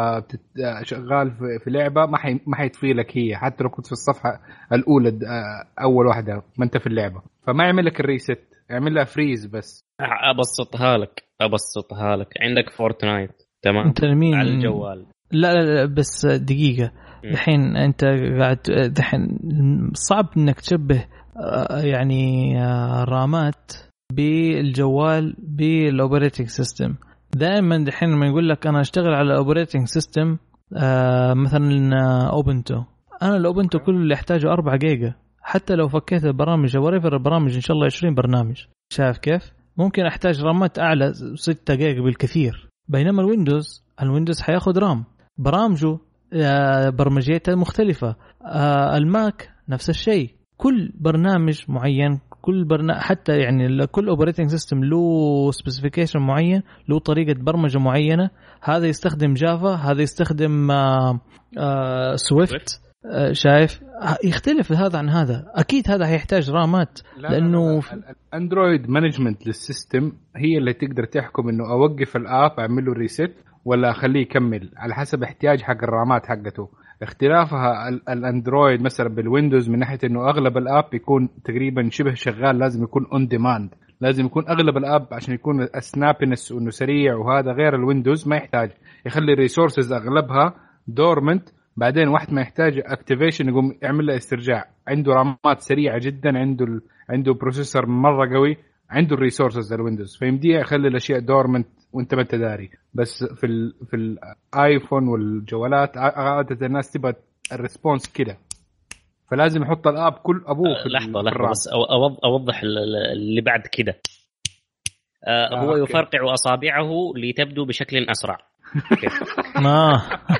شغال في لعبه ما حي ما حيطفي لك هي حتى لو كنت في الصفحه الاولى اول واحدة ما انت في اللعبه فما يعمل لك الريست يعمل لها فريز. بس ابسطها لك ابسطها لك عندك فورتنايت تمام انت مين على الجوال. لا لا, لا بس دقيقه الحين انت قاعد الحين صعب انك تشبه يعني رامات بالجوال بالاوبريتنج سيستم. دائما الحين لما يقول لك انا اشتغل على الاوبريتنج سيستم مثلا اوبنتو انا الاوبنتو كله اللي يحتاجه أربعة جيجا حتى لو فكيت البرامج او ريفر البرامج ان شاء الله عشرين برنامج. شايف كيف ممكن احتاج رامات اعلى ستة جيجا بالكثير. بينما الويندوز الويندوز حياخد رام برامجه برمجيته مختلفة. الماك نفس الشيء كل برنامج معين كل برنامج حتى يعني كل اوبريتنج سيستم له سبيسيفيكيشن معين له طريقة برمجة معينة. هذا يستخدم جافا هذا يستخدم آآ آآ سويفت. شايف يختلف هذا عن هذا. اكيد هذا هيحتاج رامات لا لانه الاندرويد مانجمنت للسيستم هي اللي تقدر تحكم انه اوقف الاب اعمل له ريست ولا اخليه يكمل على حسب احتياج حق الرامات حقته. اختلافها الاندرويد مثلا بالويندوز من ناحيه انه اغلب الاب يكون تقريبا شبه شغال لازم يكون اون ديماند لازم يكون اغلب الاب عشان يكون السنابنس وانه سريع وهذا. غير الويندوز ما يحتاج يخلي الريسورسز اغلبها دورمنت بعدين واحد ما يحتاج اكتيفيشن يقوم يعمل له استرجاع. عنده رامات سريعه جدا عنده ال... عنده بروسيسور مره قوي عنده الريسورسز الويندوز فيمديه يخلي الاشياء دورمنت وانت ما انت داري. بس في ال في الايفون والجوالات عاده الناس تبغى الريسبونس كده فلازم يحط الاب كل ابوه في لحظه لحظه بس اوضح اللي بعد كده. آه هو أوكي. يفرقع اصابعه لتبدو بشكل اسرع. ما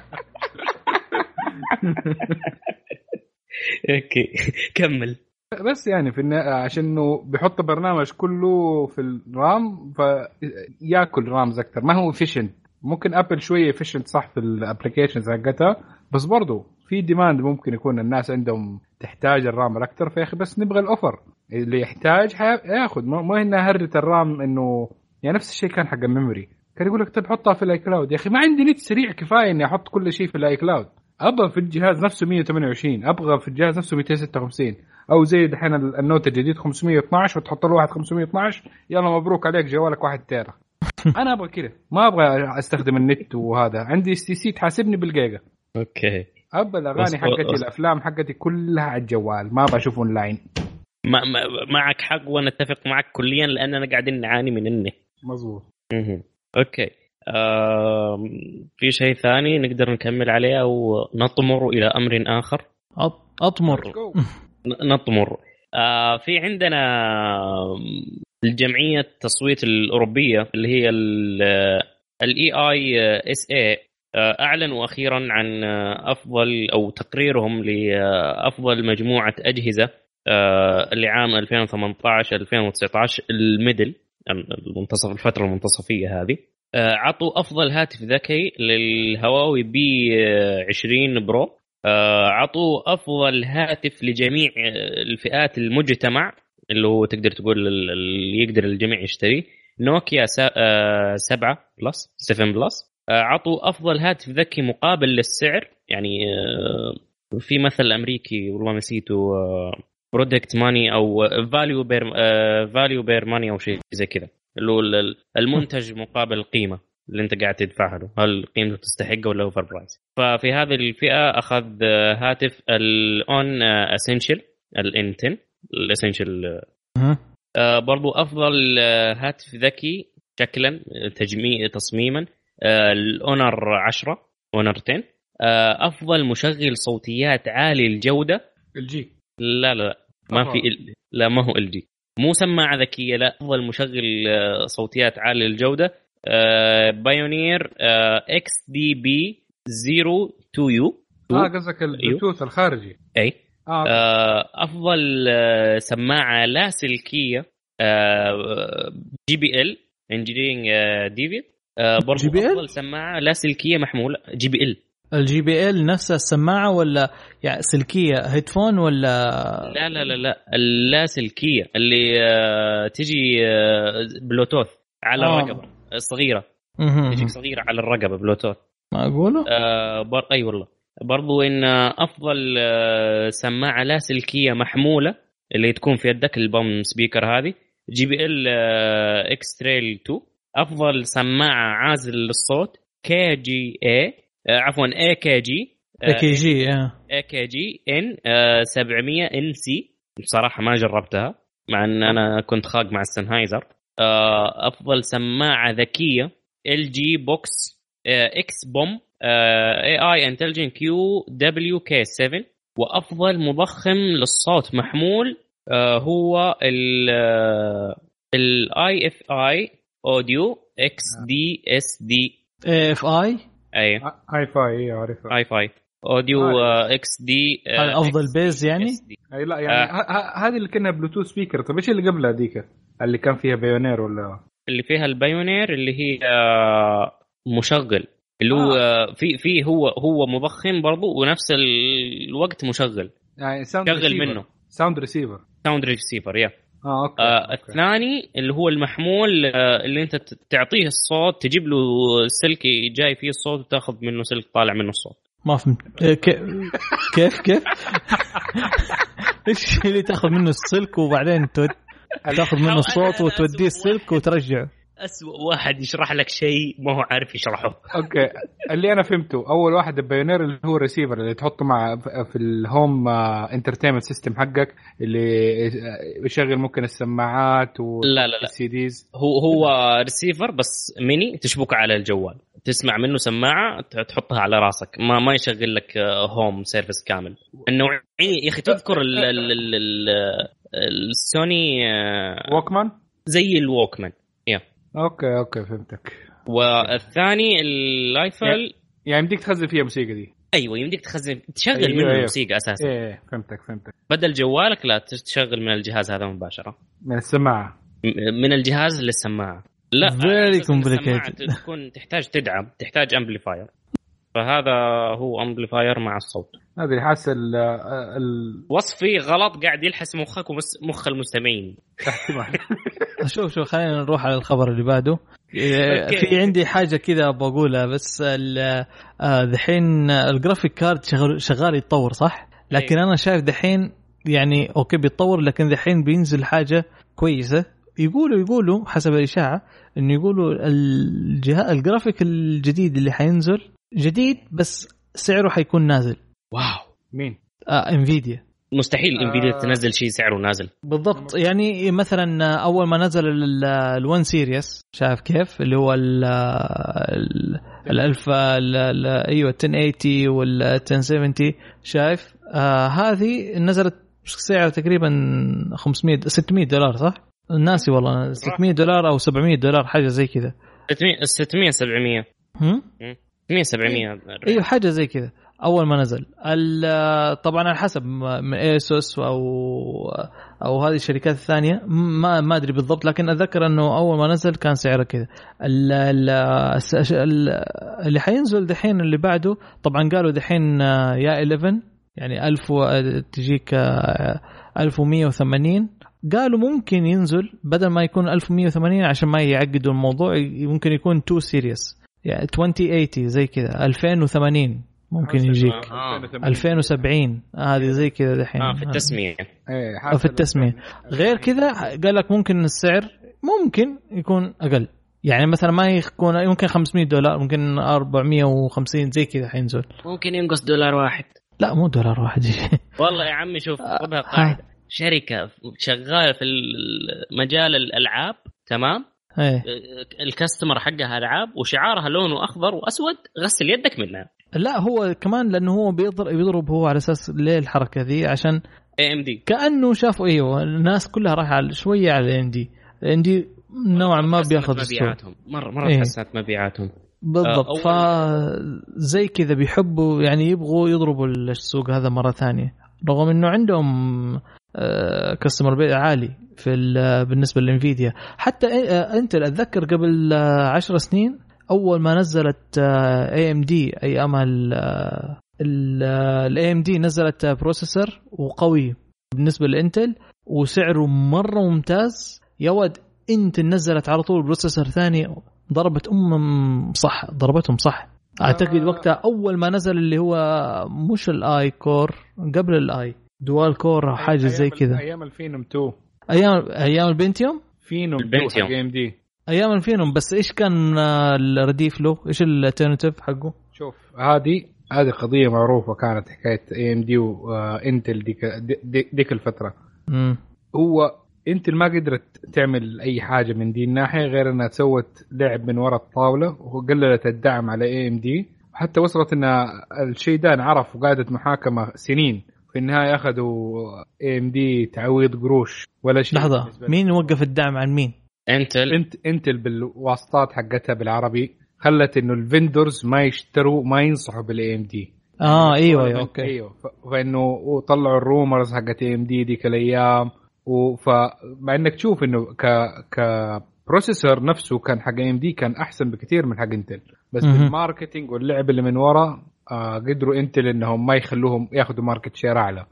اوكي كمل. بس يعني في عشان انه بيحط برنامج كله في الرام فياكل رامز اكثر ما هو efficient ممكن ابل شويه efficient صح في الابلكيشنز حقتها، بس برضو في ديماند ممكن يكون الناس عندهم تحتاج الرام اكثر، فيا اخي بس نبغى الاوفر اللي يحتاج ياخذ، ما هنا هرة الرام انه يعني نفس الشيء كان حق الميموري، كان يقول لك طب حطها في الاي كلاود. يا اخي ما عندي نت سريع كفايه اني احط كل شيء في الاي كلاود، ابغى في الجهاز نفسه مية وثمانية وعشرين، ابغى في الجهاز نفسه مئتين وستة وخمسين، او زي دحين النوت الجديد خمسمية واثناشر وتحط له واحد خمسمية واثناشر، يلا مبروك عليك جوالك واحد تيرا. انا ابغى كذا، ما ابغى استخدم النت، وهذا عندي اس تي سي تحاسبني بالجيجا. اوكي. ابى الاغاني حقتي الافلام حقتي كلها على الجوال، ما بشوف اونلاين. ما معك حق وانا اتفق معك كليا، لاننا قاعدين نعاني من النت. مظبوط. اوكي. آه، في شيء ثاني نقدر نكمل عليه او نطمر الى امر اخر؟ اطمر نطمر. آه، في عندنا الجمعيه التصويت الاوروبيه اللي هي الاي اي اس اي، اعلنوا اخيرا عن افضل او تقريرهم لافضل مجموعه اجهزه لعام ألفين وثمانية عشر ألفين وتسعة عشر، الميدل المنتصف، الفتره المنتصفيه هذه. عطوا افضل هاتف ذكي للهواوي بي عشرين برو، عطوا افضل هاتف لجميع الفئات المجتمع اللي هو تقدر تقول اللي يقدر الجميع يشتريه، نوكيا سبعة بلس سبعة بلس. عطوا افضل هاتف ذكي مقابل للسعر، يعني في مثل امريكي والله نسيته، برودكت ماني او فاليو بير فاليو بير ماني او شيء زي كذا، اللي هو المنتج مقابل القيمه اللي انت قاعد تدفعها له، هل قيمته تستحق ولا اوفر برايس. ففي هذه الفئه اخذ هاتف الاون اسينشال الان عشرة الاسينشال، برضو افضل هاتف ذكي شكلا تجميع تصميما الاونر عشرة اونر عشرة. افضل مشغل صوتيات عالي الجوده الجي، لا لا ما في ال... لا ما هو ال جي، مو سماعه ذكيه، لا افضل مشغل صوتيات عالي الجوده بايونير اكس دي بي صفر اثنين يو. اه قصدك البلوتوث الخارجي. اي آه. افضل سماعه لاسلكيه جي بي ال انجينيرنج ديفيد، برضو افضل سماعه لاسلكيه محموله جي بي ال. الجي بي ال نفس السماعه ولا يعني سلكيه هيدفون ولا؟ لا لا لا لا اللاسلكيه اللي تجي بلوتوث على آه. الرقبه صغيره، تجي صغيره على الرقبه بلوتوث. ما اقوله آه بر... اي والله. برضو ان افضل سماعه لاسلكيه محموله اللي تكون في يدك البوم سبيكر هذه جي بي ال اكس تريل اثنين. افضل سماعه عازل للصوت كي جي اي عفوا اي كي جي اي كي جي اي كي جي ان سبعمية ان سي. بصراحه ما جربتها مع ان انا كنت خاق مع السنهايزر. افضل سماعه ذكيه ال جي بوكس اكس بوم اي اي انتليجنت كيو دبليو كي سبعة. وافضل مضخم للصوت محمول هو ال الاي اف اي اوديو اكس دي اس دي. اي اف اي اي اي فاي اعرفها، اي فاي اوديو اكس دي. هذا افضل بيز يعني؟ اي لا يعني هذه اللي كنا بلوتوث سبيكر. طب ايش اللي قبلها ذيك اللي كان فيها بايونير ولا اللي فيها البايونير اللي هي مشغل اللي هو آه. في في هو هو مضخم برضو ونفس الوقت مشغل يعني ساوند شغل منه ساوند ريسيفر ساوند ريسيفر يا اه اوكي, آه أوكي. الثاني اللي هو المحمول آه اللي انت تعطيه الصوت، تجيب له سلك جاي فيه الصوت وتاخذ منه سلك طالع منه الصوت. ما فهمت كيف كيف ايش اللي تاخذ منه السلك وبعدين تاخذ منه الصوت وتوديه السلك وترجعه؟ أسوأ واحد يشرح لك شيء ما هو عارف يشرحه. اوكي اللي انا فهمته اول واحد البايونير اللي هو الريسيفر اللي تحطه مع في الهوم انترتينمنت سيستم حقك اللي يشغل ممكن السماعات والسي ديز. هو هو ريسيفر بس ميني تشبكه على الجوال، تسمع منه سماعه تحطها على راسك، ما ما يشغل لك هوم سيرفيس كامل. النوعيه يا اخي تذكر ال ال ال السوني ووكمان زي الووكمان. يا اوكي اوكي فهمتك. والثاني اللايفل يعني يمديك تخزن فيها موسيقى دي. ايوه يمديك تخزن تشغل أيوة منه أيوة. موسيقى اساسا. ايه فهمتك فهمتك. بدل جوالك لا تشغل من الجهاز هذا مباشره من السماعه من الجهاز للسماعه. لا very complicated. تكون تحتاج تدعم، تحتاج امبليفاير، فهذا هو امبليفاير مع الصوت. هذا اللي حاسس ال وصفي غلط قاعد يلحس مخك ومخ المستمعين. شوف شوف خلينا نروح على الخبر اللي بعده. في عندي حاجه كذا بقولها بس دحين الجرافيك كارد شغال شغال يتطور صح، لكن انا شايف دحين يعني اوكي بيتطور، لكن دحين بينزل حاجه كويسه. يقولوا يقولوا حسب الاشاعه انه يقولوا الجهاز الجرافيك الجديد اللي حينزل جديد بس سعره حيكون نازل. واو مين؟ آه انفيديا. مستحيل انفيديا آه تنزل شيء سعره نازل. بالضبط، يعني مثلا اول ما نزل الون سيريس شايف كيف اللي هو ال الالفا ايوه عشرة ثمانين وال عشرة سبعين شايف آه هذه نزلت سعر تقريبا خمسمية ستمية دولار صح؟ الناسي والله ستمية دولار او سبعمية دولار حاجه زي كذا. ستمية سبعمية هم ستمية سبعمية ايوه حاجه زي كذا اول ما نزل. طبعا على حسب من ايسوس او او هذه الشركات الثانيه ما ما ادري بالضبط، لكن اتذكر انه اول ما نزل كان سعره كذا. اللي حينزل دحين اللي بعده طبعا قالوا دحين يا إحدى عشر يعني ألف تجيك ألف ومية وثمانين، قالوا ممكن ينزل بدل ما يكون ألف ومية وثمانين عشان ما يعقدوا الموضوع ممكن يكون اثنين سيريس يعني ألفين وثمانين زي كذا ألفين وثمانين ممكن يجيك آه. ألفين وسبعين هذه زي كذا دحين آه في التسمية آه في التسمية. غير كذا قال لك ممكن السعر ممكن يكون أقل، يعني مثلا ما يكون يمكن خمسمية دولار ممكن أربعمية وخمسين زي كذا حينزل، ممكن ينقص دولار واحد. لا مو دولار واحد والله يا عمي شوف خذها قاعدة، شركة شغالة في مجال الألعاب تمام ايه الكاستمر حقها ألعاب وشعارها لونه أخضر وأسود غسل يدك منها. لا هو كمان لأنه هو بيضرب بيضرب هو على أساس ليه الحركة ذي عشان إيه إم دي كأنه شافوا ايوه الناس كلها راح على شوية على إم دي إم دي نوعا ما بياخذ مبيعاتهم مرة مرة إيه. تحسنت مبيعاتهم بالضبط آه فزي كذا بيحبوا يعني يبغوا يضربوا السوق هذا مرة ثانية، رغم إنه عندهم آه كاستمر بيع عالي في بالنسبة للانفيديا. حتى آه أنت أتذكر قبل آه عشر سنين أول ما نزلت آه إيه إم دي أيام ال ال إيه إم دي نزلت بروسيسور وقوي بالنسبة لإنتل وسعره مرة ممتاز يا ود، انت نزلت على طول بروسيسور ثاني ضربت أم صح ضربتهم صح. أعتقد وقتها أول ما نزل اللي هو مش الآي كور قبل الآي دوال كور أو حاجة زي كذا أيام الفينوم تو أيام أيام البنتيوم فينوم البنتيوم تو ام دي أيام الفينوم. بس إيش كان الرديف له إيش الالترناتيف حقه؟ شوف هذه هذه قضية معروفة كانت حكاية اي ام دي وانتل ديك ديك, ديك الفترة. مم. هو انتل ما قدرت تعمل اي حاجة من دي الناحية غير انها سوت لعب من وراء الطاولة وقللت الدعم على اي ام دي، وحتى وصلت ان الشيء ده انعرف وقعدت محاكمة سنين، في النهاية اخذوا اي ام دي تعويض قروش ولا شيء. لحظة مين وقف الدعم عن مين؟ انتل انت انتل بالواسطات حقتها بالعربي خلت انه الفندرز ما يشتروا ما ينصحوا بالاي ام دي. اه ايوه ايوه اوكي ايوه فانه وطلعوا الرومرز حقت اي ام دي ديك الايام، ومع انك تشوف انه ك ك بروسيسور نفسه كان حق ام دي كان احسن بكثير من حق انتل، بس م-م. بالماركتينج واللعب اللي من ورا آه قدروا انتل انهم ما يخلوهم ياخذوا ماركت شير اعلى،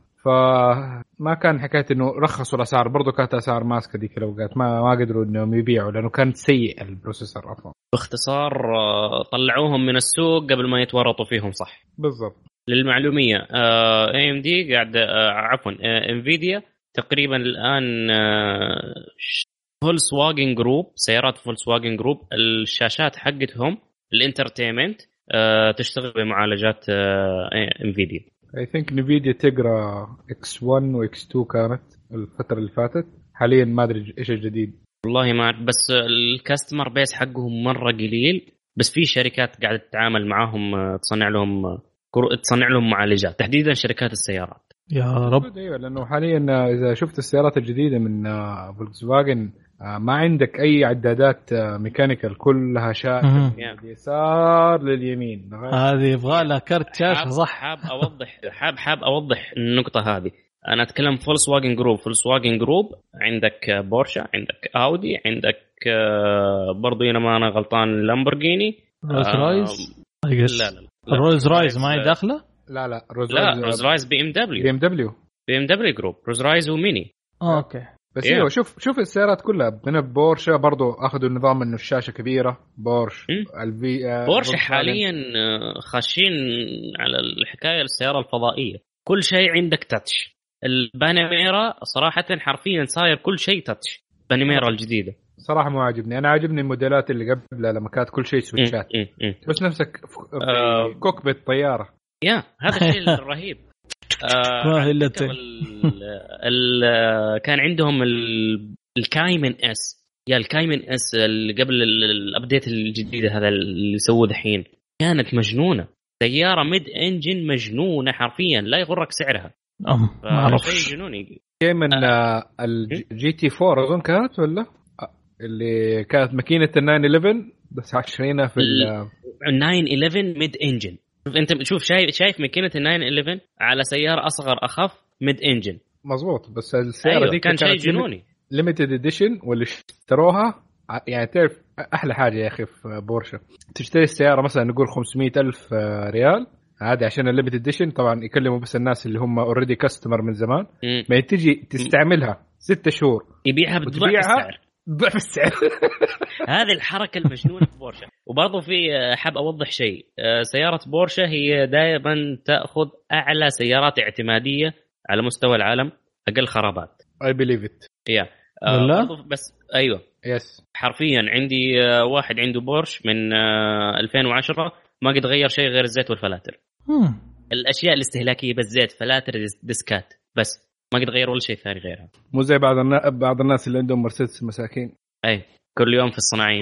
فما كان حكايه انه رخصوا الاسعار، برضو كانت اسعار ماسكه ديك الاوقات ما ما قدروا انهم يبيعوا لانه كان سيء البروسيسور اصلا. باختصار طلعوهم من السوق قبل ما يتورطوا فيهم. صح بالضبط. للمعلوميه اي ام دي قاعد آه عفوا آه انفيديا تقريبا الان آه فولكس واجن جروب سيارات فولكس واجن جروب الشاشات حقتهم الانترتينمنت آه تشتغل بمعالجات آه انفيديا. I think نفيديا تقرا إكس ون و إكس تو كانت الفترة اللي فاتت، حاليا ما أدري إيش الجديد والله ما أعرف، بس الكاستمر بيس حقهم مرة قليل، بس في شركات قاعدة تتعامل معاهم تصنع لهم تصنع لهم معالجات تحديدا شركات السيارات. يا رب. أيوة لأنه حاليا إذا شفت السيارات الجديدة من فولكس واجن ما عندك أي عدادات ميكانيكال، كلها شاشة يسار لليمين. هذه يبغى لها كرت شاشة صح. حاب أوضح حاب حاب أوضح النقطة هذه. انا اتكلم فولكس واجن جروب. فولكس واجن جروب عندك بورشا، عندك اودي، عندك برضو انا ما انا غلطان لامبورغيني، روز رايز. لا لا لا روز رايز معي داخله. لا لا روز لا رايز روز رايز بي ام دبليو بي ام دبليو بي ام دبليو جروب، روز رايز وميني. آه اوكي بس yeah. ايوه شوف شوف السيارات كلها من بورشا برضو اخذوا النظام انه الشاشه كبيره بورش الفي آه بورشا حاليا خاشين على الحكايه السياره الفضائيه، كل شيء عندك تاتش. البانيميرا صراحه حرفيا صاير كل شيء تاتش. بانيميرا الجديده صراحه مو عاجبني، انا عاجبني الموديلات اللي قبلها لما كانت كل شيء سويتشات بس نفسك في آه كوكبيت طياره. يا هذا الشيء الرهيب. آه ال ال كان عندهم الكايمن اس، يا الكايمن اس اللي قبل الابديت الجديده هذا اللي سووه الحين، كانت مجنونه، سياره ميد انجن مجنونه حرفيا، لا يغرك سعرها. ما اعرف شيء جنوني. كايمن آه الجي تي فور اظن كانت ولا اللي كانت ماكينه تسعة إحدى بس عشرينها في ال تسعة إحدى ميد انجن. انت شوف شايف شايف ماكينه تسعة إحدى على سياره اصغر اخف ميد انجن مظبوط. بس السياره أيوة دي كان شيء جنوني ليميتد اديشن واللي اشتروها يعني تعرف احلى حاجه يا اخي في بورشا تشتري السياره مثلا نقول خمسمية ألف ريال عادي عشان الليميتد اديشن، طبعا يكلموا بس الناس اللي هم اوريدي كاستمر من زمان، ما تيجي تستعملها ستة شهور يبيعها بضعف السعر. ضعف السعر. هذه الحركه المجنونه في بورشا. وبرضه في حاب اوضح شيء، سياره بورشا هي دائما تاخذ اعلى سيارات اعتماديه على مستوى العالم، اقل خرابات. اي بليف ات يا بس ايوه يس حرفيا عندي واحد عنده بورش من ألفين وعشرة ما قد غير شيء غير الزيت والفلاتر. مم. الاشياء الاستهلاكيه بس زيت فلاتر ديسكات بس، ما قد غير ولا شيء ثاني غيرها. مو زي بعض الناس بعض الناس اللي عندهم مرسيدس مساكين اي كل يوم في الصناعيه.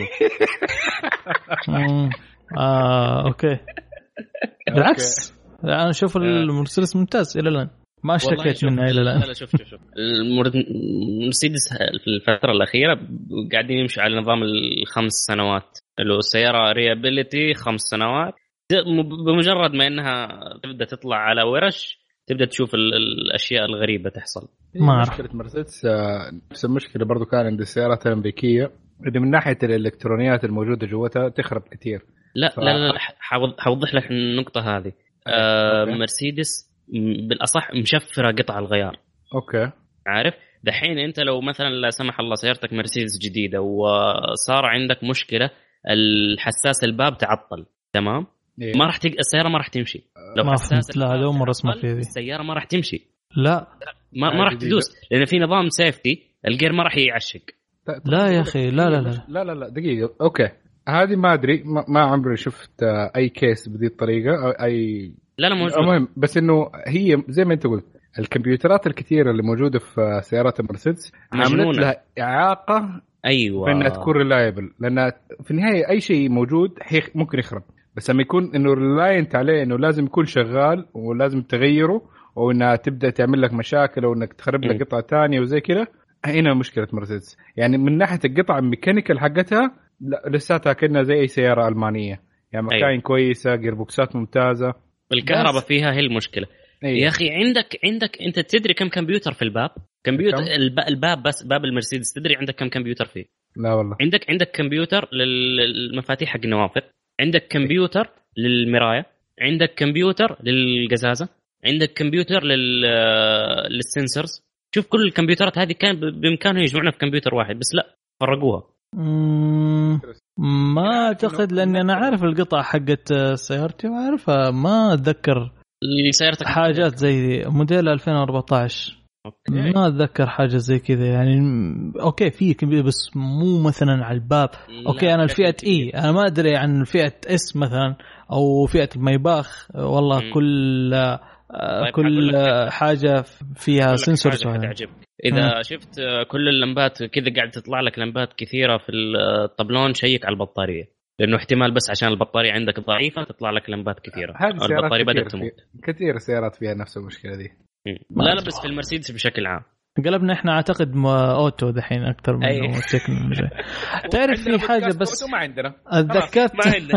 اه اوكي بالعكس انا اشوف المرسيدس ممتاز الى الان، ما اشتكيت منها الى الان. لا شوف شوف شوف المرسيدس في الفتره الاخيره قاعدين يمشوا على نظام الخمس سنوات، اللي هو السياره ريابيليتي خمس سنوات، بمجرد ما انها تبدا تطلع على ورش تبدا تشوف الاشياء الغريبه تحصل. ما مشكله مرسيدس نفس المشكله برضو كان عند السيارات الامريكيه، اللي من ناحيه الالكترونيات الموجوده جوتها تخرب كتير. لا ف... لا لا حوضح لك النقطه هذه. آه مرسيدس بالاصح مشفره قطع الغيار. اوكي عارف دحين انت لو مثلا لا سمح الله سيارتك مرسيدس جديده وصار عندك مشكله الحساس الباب تعطل، تمام؟ إيه؟ ما راح تق... السياره ما راح تمشي لو ما حساس. لا لو مره اسمع في السياره ما راح تمشي. لا ما, ما راح تدوس لان في نظام سيفتي، الجير ما راح يعشق. لا يا اخي لا لا لا لا لا لا دقيقه اوكي هذه ما ادري ما, ما عمري شفت اي كيس بهذه الطريقه او اي لا لا موجود. المهم بس انه هي زي ما انت قلت الكمبيوترات الكثيره اللي موجوده في سيارات المرسيدس عملت لها اعاقه. ايوه انها تكون ريلايبل، لان في النهايه اي شيء موجود ممكن يخرب، بس لما يكون انه ريلاينت عليه انه لازم يكون شغال ولازم تغيره او انها تبدا تعمل لك مشاكل او انك تخرب لك قطعه ثانيه وزي كذا، هنا مشكله مرسيدس. يعني من ناحيه القطع الميكانيكال حقتها لساتها كأنها زي اي سياره المانيه، يعني مكاين أيوة. كويسه، جير بوكسات ممتازه، الكهرباء فيها هي المشكله. أيوة. يا اخي عندك عندك انت تدري كم كمبيوتر في الباب؟ كمبيوتر الباب بس باب المرسيدس تدري عندك كم كمبيوتر فيه؟ لا والله. عندك عندك كمبيوتر للمفاتيح حق النوافذ، عندك كمبيوتر للمرايه، عندك كمبيوتر للقزازه، عندك كمبيوتر لل للسنسورز. شوف كل الكمبيوترات هذه كان بامكانه يجمعنا في كمبيوتر واحد، بس لا فرقوها. ما اعتقد لاني انا عارف القطع حقت سيارتي وعارفها، ما اتذكر سيارتك حاجات زي موديل ألفين وأربعة عشر. أوكي. ما اتذكر حاجه زي كذا يعني. اوكي في كمبيوتر بس مو مثلا على الباب. اوكي انا الفئه اي انا ما ادري عن فئه اس مثلا او فئه الميباخ والله. م. كل طيب كل حاجه فيها سنسورز. اذا م. شفت كل اللمبات كذا قاعد تطلع لك لمبات كثيره في الطبلون، شيك على البطاريه، لانه احتمال بس عشان البطاريه عندك ضعيفه تطلع لك لمبات كثيره. البطاريه بدات تموت. كثير سيارات فيها نفس المشكله دي. لا لا بس في المرسيدس بشكل عام قلبنا احنا اعتقد اوتو دحين اكثر من تكنولوجيا. تعرف في حاجه بس ما عندنا اتذكرت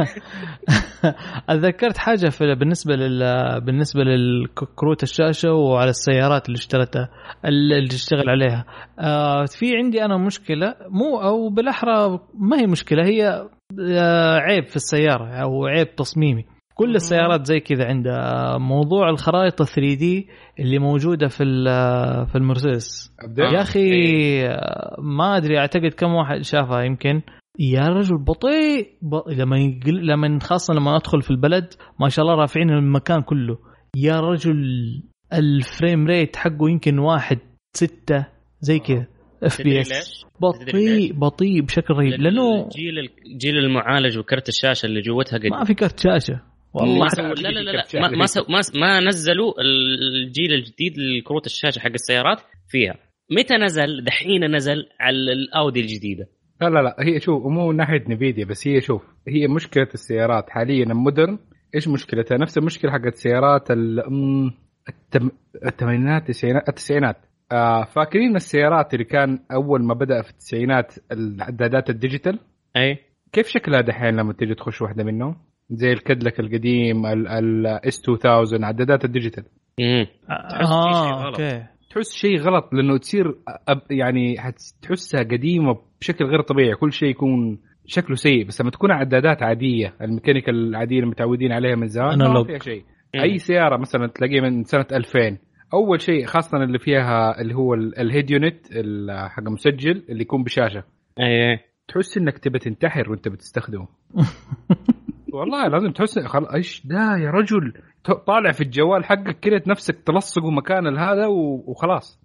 اتذكرت حاجه في بالنسبه لل بالنسبه للكروت الشاشه وعلى السيارات اللي اشتريتها اللي تشتغل عليها. آه في عندي انا مشكله مو او بالاحرى ما هي مشكله هي عيب في السياره او عيب تصميمي. كل السيارات زي كذا عندها موضوع الخرائط ثري دي اللي موجودة في في المرسيدس. يا أخي ما أدري أعتقد كم واحد شافها يمكن. يا رجل بطيء ب... لما يقل... لما خاصة لما أدخل في البلد ما شاء الله رافعين المكان كله. يا رجل الفريم ريت حقه يمكن واحد ستة زي كذا اف بي اس. بطيء بطيء بشكل رهيب لأنه جيل جيل المعالج وكرت الشاشة اللي جوتها قد ما في كرت شاشة والله. لا لا لا, لا. ما ما, ما ما نزلوا الجيل الجديد لكروت الشاشة حق السيارات فيها. متى نزل؟ دحين نزل على الأودي الجديدة. لا لا لا هي شوف مو من ناحية نفيديا بس هي شوف هي مشكلة السيارات حاليا المودرن. إيش مشكلتها؟ نفس المشكلة حق السيارات التم... الثمانينات التسعينات التسعينات آه فاكرين السيارات اللي كان أول ما بدأ في التسعينات العدادات الديجيتال أي كيف شكلها دحين لما تيجي تخش واحدة منهم زي الكدلك القديم الاس ألفين عدادات الديجيتال. امم اه اوكي تحس شيء غلط لانه تصير يعني تحسها قديمه بشكل غير طبيعي. كل شيء يكون شكله سيء. بس لما تكون عدادات عاديه الميكانيكا العاديه المتعودين عليها من زمان ما فيها شيء. اي سياره مثلا تلاقيها من سنه ألفين اول شيء خاصه اللي فيها اللي هو الهيد يونت حق مسجل اللي يكون بشاشه. اي تحس انك تبي تنتحر وانت بتستخدمه. والله لازم تحس خلاص ايش ده يا رجل طالع في الجوال حقك كده نفسك تلصقه مكان هذا وخلاص.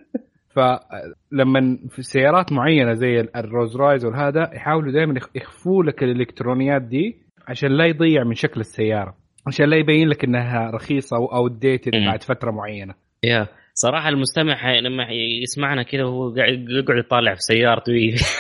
فلما في سيارات معينه زي الروز رايز وهذا يحاولوا دائما يخفوا لك الالكترونيات دي عشان لا يضيع من شكل السياره عشان لا يبين لك انها رخيصه او ديتد بعد فتره معينه. يا صراحه المستمع لما يسمعنا كده وهو قاعد يقعد يطالع في سيارته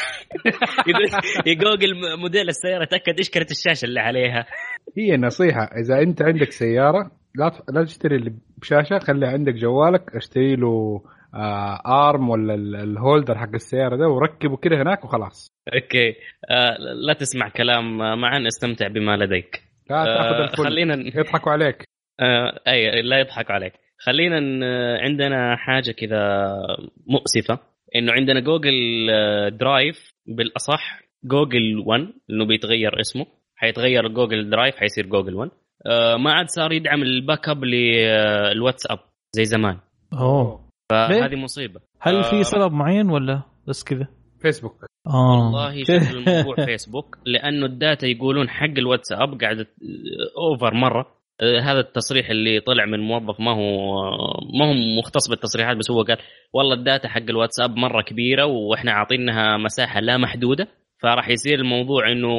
يجوجل موديل السياره تاكد ايش كرت الشاشه اللي عليها. هي نصيحه اذا انت عندك سياره لا لا تشتري اللي بشاشه خلي عندك جوالك اشتري له آه ارم ولا الهولدر حق السياره ده وركبه كده هناك وخلاص. اوكي آه لا تسمع كلام معا استمتع بما لديك. لا تاخذ الفل. خلينا يضحكوا عليك. آه اي لا يضحكوا عليك. خلينا عندنا حاجه كذا مؤسفه انه عندنا جوجل درايف بالاصح جوجل واحد انه بيتغير اسمه حيتغير جوجل درايف حيصير جوجل واحد. آه ما عاد صار يدعم الباك اب للواتساب زي زمان. اوه فهذه مصيبه. هل في سبب معين ولا بس كذا؟ فيسبوك. اه والله شكل الموضوع فيسبوك لانه الداتا يقولون حق الواتساب قاعده اوفر مره. آه هذا التصريح اللي طلع من موظف ما هو ما هو مختص بالتصريحات بس هو قال والله الداتا حق الواتساب مره كبيره واحنا عاطينها مساحه لا محدوده فراح يصير الموضوع انه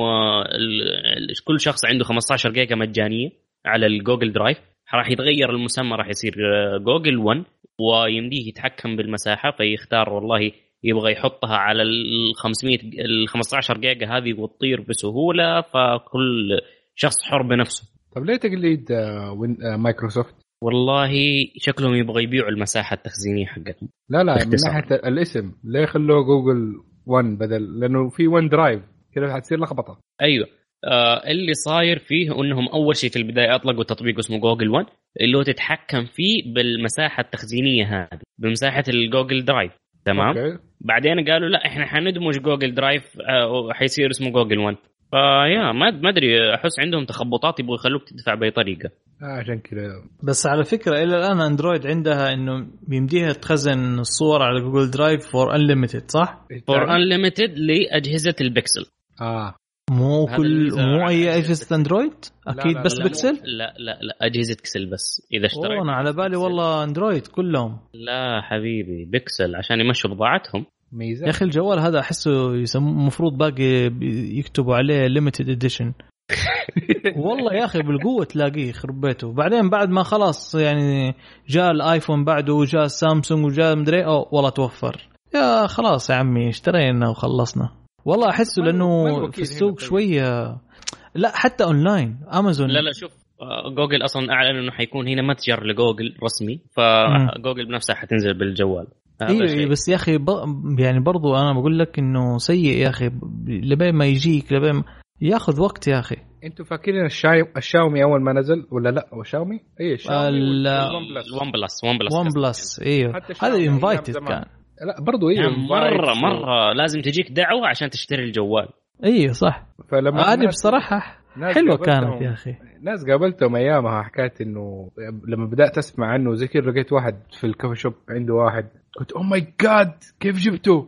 كل شخص عنده خمسة عشر جيجا مجانيه على الجوجل درايف راح يتغير المسمى راح يصير جوجل واحد ويمديه يتحكم بالمساحه فيختار والله يبغى يحطها على ال خمسمية ال خمسة عشر جيجا هذه وتطير بسهوله فكل شخص حر بنفسه. طب ليه تقليد مايكروسوفت؟ والله شكلهم يبغى يبيعوا المساحه التخزينيه حقتهم. لا لا من ناحيه الاسم ليه خلوه جوجل واحد بدل لانه في ون درايف كده هتصير لخبطه. ايوه آه اللي صاير فيه انهم اول شيء في البدايه اطلقوا تطبيق اسمه جوجل واحد اللي هو تتحكم فيه بالمساحه التخزينيه هذه بمساحه الجوجل درايف تمام. أوكي. بعدين قالوا لا احنا حندمج جوجل درايف آه حيصير اسمه جوجل واحد. فيا ما ما ادري احس عندهم تخبطات يبغوا يخلوك تدفع باي طريقه. آه عشان كده. بس على فكره الى الان اندرويد عندها انه بيمديها تخزن الصور على جوجل درايف فور انليميتد صح؟ فور انليميتد لاجهزه البكسل. اه مو كل مو اي اجهزه اندرويد اكيد. لا لا بس لا بكسل لا لا لا اجهزه بكسل بس اذا اشتريت. انا على بالي والله اندرويد كلهم. لا حبيبي بكسل عشان يمشوا بضاعتهم. ميزة. يا اخي الجوال هذا احسه يسموه المفروض باقي يكتبوا عليه ليميتد اديشن. والله يا اخي بالقوه تلاقيه يخرب بيته. بعدين بعد ما خلاص يعني جاء الايفون بعده وجاء سامسونج وجاء مدري او والله توفر. يا خلاص يا عمي اشترينا وخلصنا. والله احسه لانه في السوق شويه. لا حتى اونلاين امازون. لا لا شوف جوجل اصلا اعلن انه حيكون هنا متجر لجوجل رسمي فجوجل بنفسها حتنزل بالجوال ايوه بس يا اخي ب... يعني برضو انا بقول لك انه سيء يا اخي، لبين ما يجيك لبين ما... ياخذ وقت يا اخي. انتوا فاكرين الشاي... الشاومي اول ما نزل ولا لا؟ هو شاومي اي الشاومي ال... ون بلس ون بلس ون بلس ايوه هذا انفايتد كان. لا برضو ايه مره مره لازم تجيك دعوه عشان تشتري الجوال. ايوه صح. فلما هذه بصراحه حلوه كانت يا اخي. ناس قابلتهم ايامها حكايه انه لما بدات اسمع عنه زي كذا لقيت واحد في الكافي شوب عنده واحد قلت اوه ماي جاد كيف جبته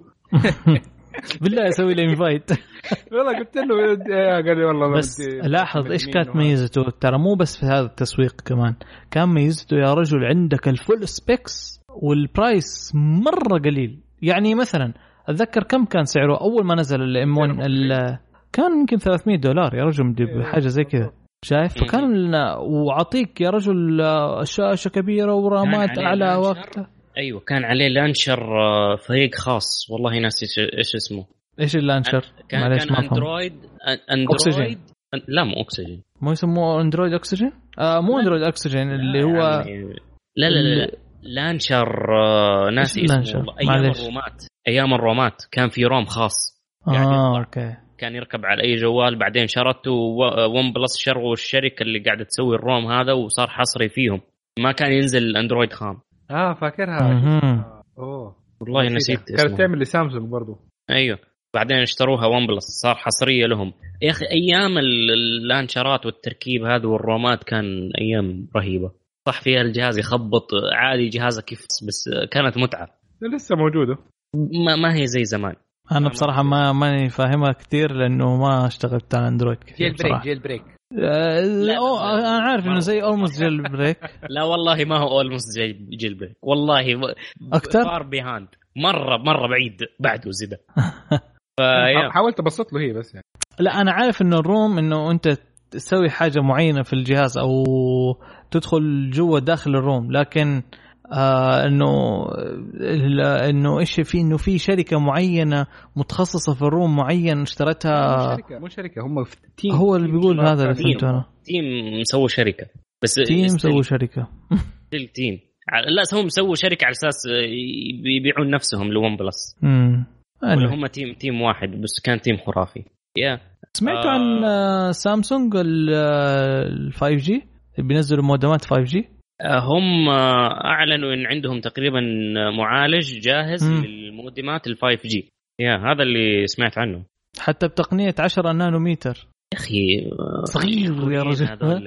بالله اسوي له انفايت. والله قلت له قال لي والله بس لاحظ ايش كانت ميزته ترى، مو بس في هذا التسويق كمان كان ميزته يا رجل عندك الفول سبيكس والبرايس مره قليل. يعني مثلا اتذكر كم كان سعره اول ما نزل الام واحد كان يمكن ثلاثمية دولار يا رجل بحاجه زي كذا شايف. فكان وعطيك يا رجل شاشه كبيره ورامات اعلى وقتها. ايوه كان عليه لانشر فريق خاص والله ناسي ايش اسمه. ايش اللانشر؟ كان, كان اندرويد اندرويد لا مو اكسجين، مو يسموه اندرويد اكسجين. آه مو اندرويد اكسجين اللي هو يعني لا لا لا, لا. لانشر آه ناسي اسمه. ايام الرومات ايام الرومات كان في روم خاص يعني اه اوكي كان يركب على اي جوال. بعدين شرته ون بلس شروا الشركه اللي قاعده تسوي الروم هذا وصار حصري فيهم، ما كان ينزل اندرويد خام. اه فاكرها. اوه والله نسيت اسمه. كانت تعمل لسامسونج برضو. ايوه بعدين اشتروها ون بلس صار حصريه لهم. يا اخي ايام اللانشرات والتركيب هذا والرومات كان ايام رهيبه. صح فيها الجهاز يخبط عادي جهازك يفص، بس كانت متعه. لسه موجوده ما, ما هي زي زمان. انا بصراحه ما ماني فاهمها كثير لانه ما اشتغلت على اندرويد كثير. جيل بريك جيل بريك آه لا أو انا عارف انه زي اولموست جيل بريك. لا والله ما هو اولموست جيل بريك والله اكثر فار بيهاند مره مره بعيد بعده زده. حاولت ابسط له هي بس يعني. لا انا عارف انه الروم انه انت تسوي حاجه معينه في الجهاز او تدخل جوا داخل الروم، لكن آه انه انه ايش في انه في شركه معينه متخصصه في الروم معين اشترتها. مو شركه مو شركه هم في تيم. هو اللي بيقول هذا اللي فهمته انا. تيم مسوي شركه بس تيم مسوي شركه التيم لا هم مسوي شركه على اساس يبيعون نفسهم لون بلس. امم ولا هم تيم تيم واحد بس كان تيم خرافي. يا سمعتوا آه. عن سامسونج ال فايف جي بينزلوا مودمات فايف جي؟ هم اعلنوا ان عندهم تقريبا معالج جاهز م. للمودمات ال فايف جي. يا هذا اللي سمعت عنه حتى بتقنيه عشرة نانومتر. يا اخي صغير يا رجل.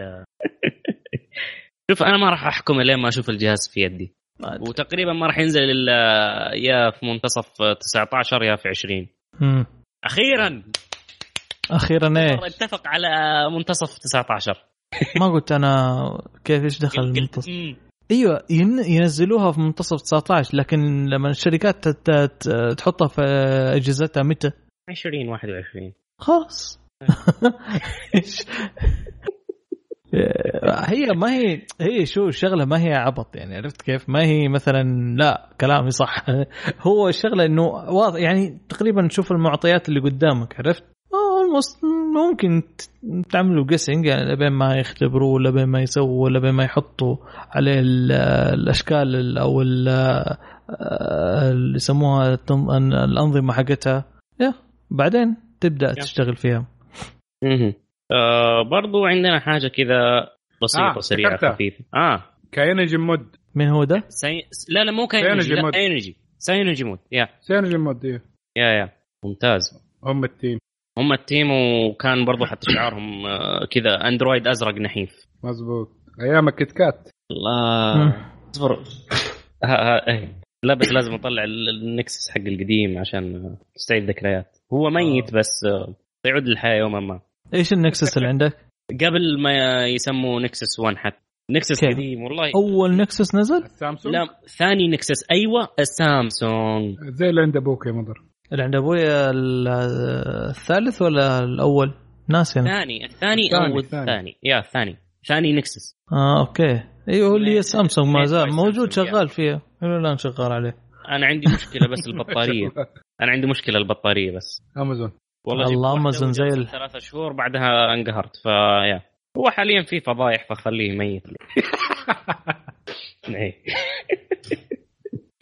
شوف انا ما راح احكم لين ما اشوف الجهاز في يدي، وتقريبا ما راح ينزل الا يا في منتصف تسعة عشر يا في عشرين. م. اخيرا اخيرا ايه اتفق على منتصف تسعة عشر. ما قلت انا كيف ايش دخل المنتصف. ايوه ينزلوها في منتصف تسعة عشر، لكن لما الشركات تحطها في اجهزتها متى؟ عشرين واحد وعشرين خلاص. هي ما هي هي شو الشغله ما هي عبط يعني، عرفت كيف؟ ما هي مثلا لا كلامي صح. هو الشغله انه واضح يعني تقريبا نشوف المعطيات اللي قدامك، عرفت؟ ممكن تعملوا قسنج يعني لبين ما يختبروا لبين ما يسووا لبين ما يحطوا عليه الاشكال او اللي يسموها الانظمه حقتها، يا بعدين تبدا تشتغل فيها. اها آه برضو عندنا حاجه كذا بسيطه آه سريعه خفيفه. اه كاينجي مود. من هو ده؟ سي... لا لا مو كاينجي لا كاينجي ساينجي مود. يا ساينجي مود يا يا ممتاز. هم التيم هم التيم وكان برضو حتى شعارهم كذا اندرويد ازرق نحيف. مزبوط ايام الكيت كات. الله اصبر. لا بس لازم اطلع النكسس حق القديم عشان تستعيد ذكريات. هو ميت بس يعود للحياه يوما ما. ايش النكسس اللي عندك؟ قبل ما يسموه نكسس واحد حتى نكسس قديم والله. اول نكسس نزل؟ السامسونج؟ لا ثاني نكسس. ايوه السامسونج زي اللي عند ابوك يا مضر. اللي عند ابويا الثالث ولا الاول؟ ناسي انا. الثاني الثاني او الثاني. يا الثاني ثاني نكسس. اه اوكي ايوه اللي هي سامسونج ما زال موجود شغال فيها ولا لا شغال عليه. انا عندي مشكله بس البطاريه. انا عندي مشكله البطاريه بس. امازون والله الله امازون زي ال... ثلاثة شهور بعدها انقهرت. فيا هو حاليا في فضايح فخليه ميت.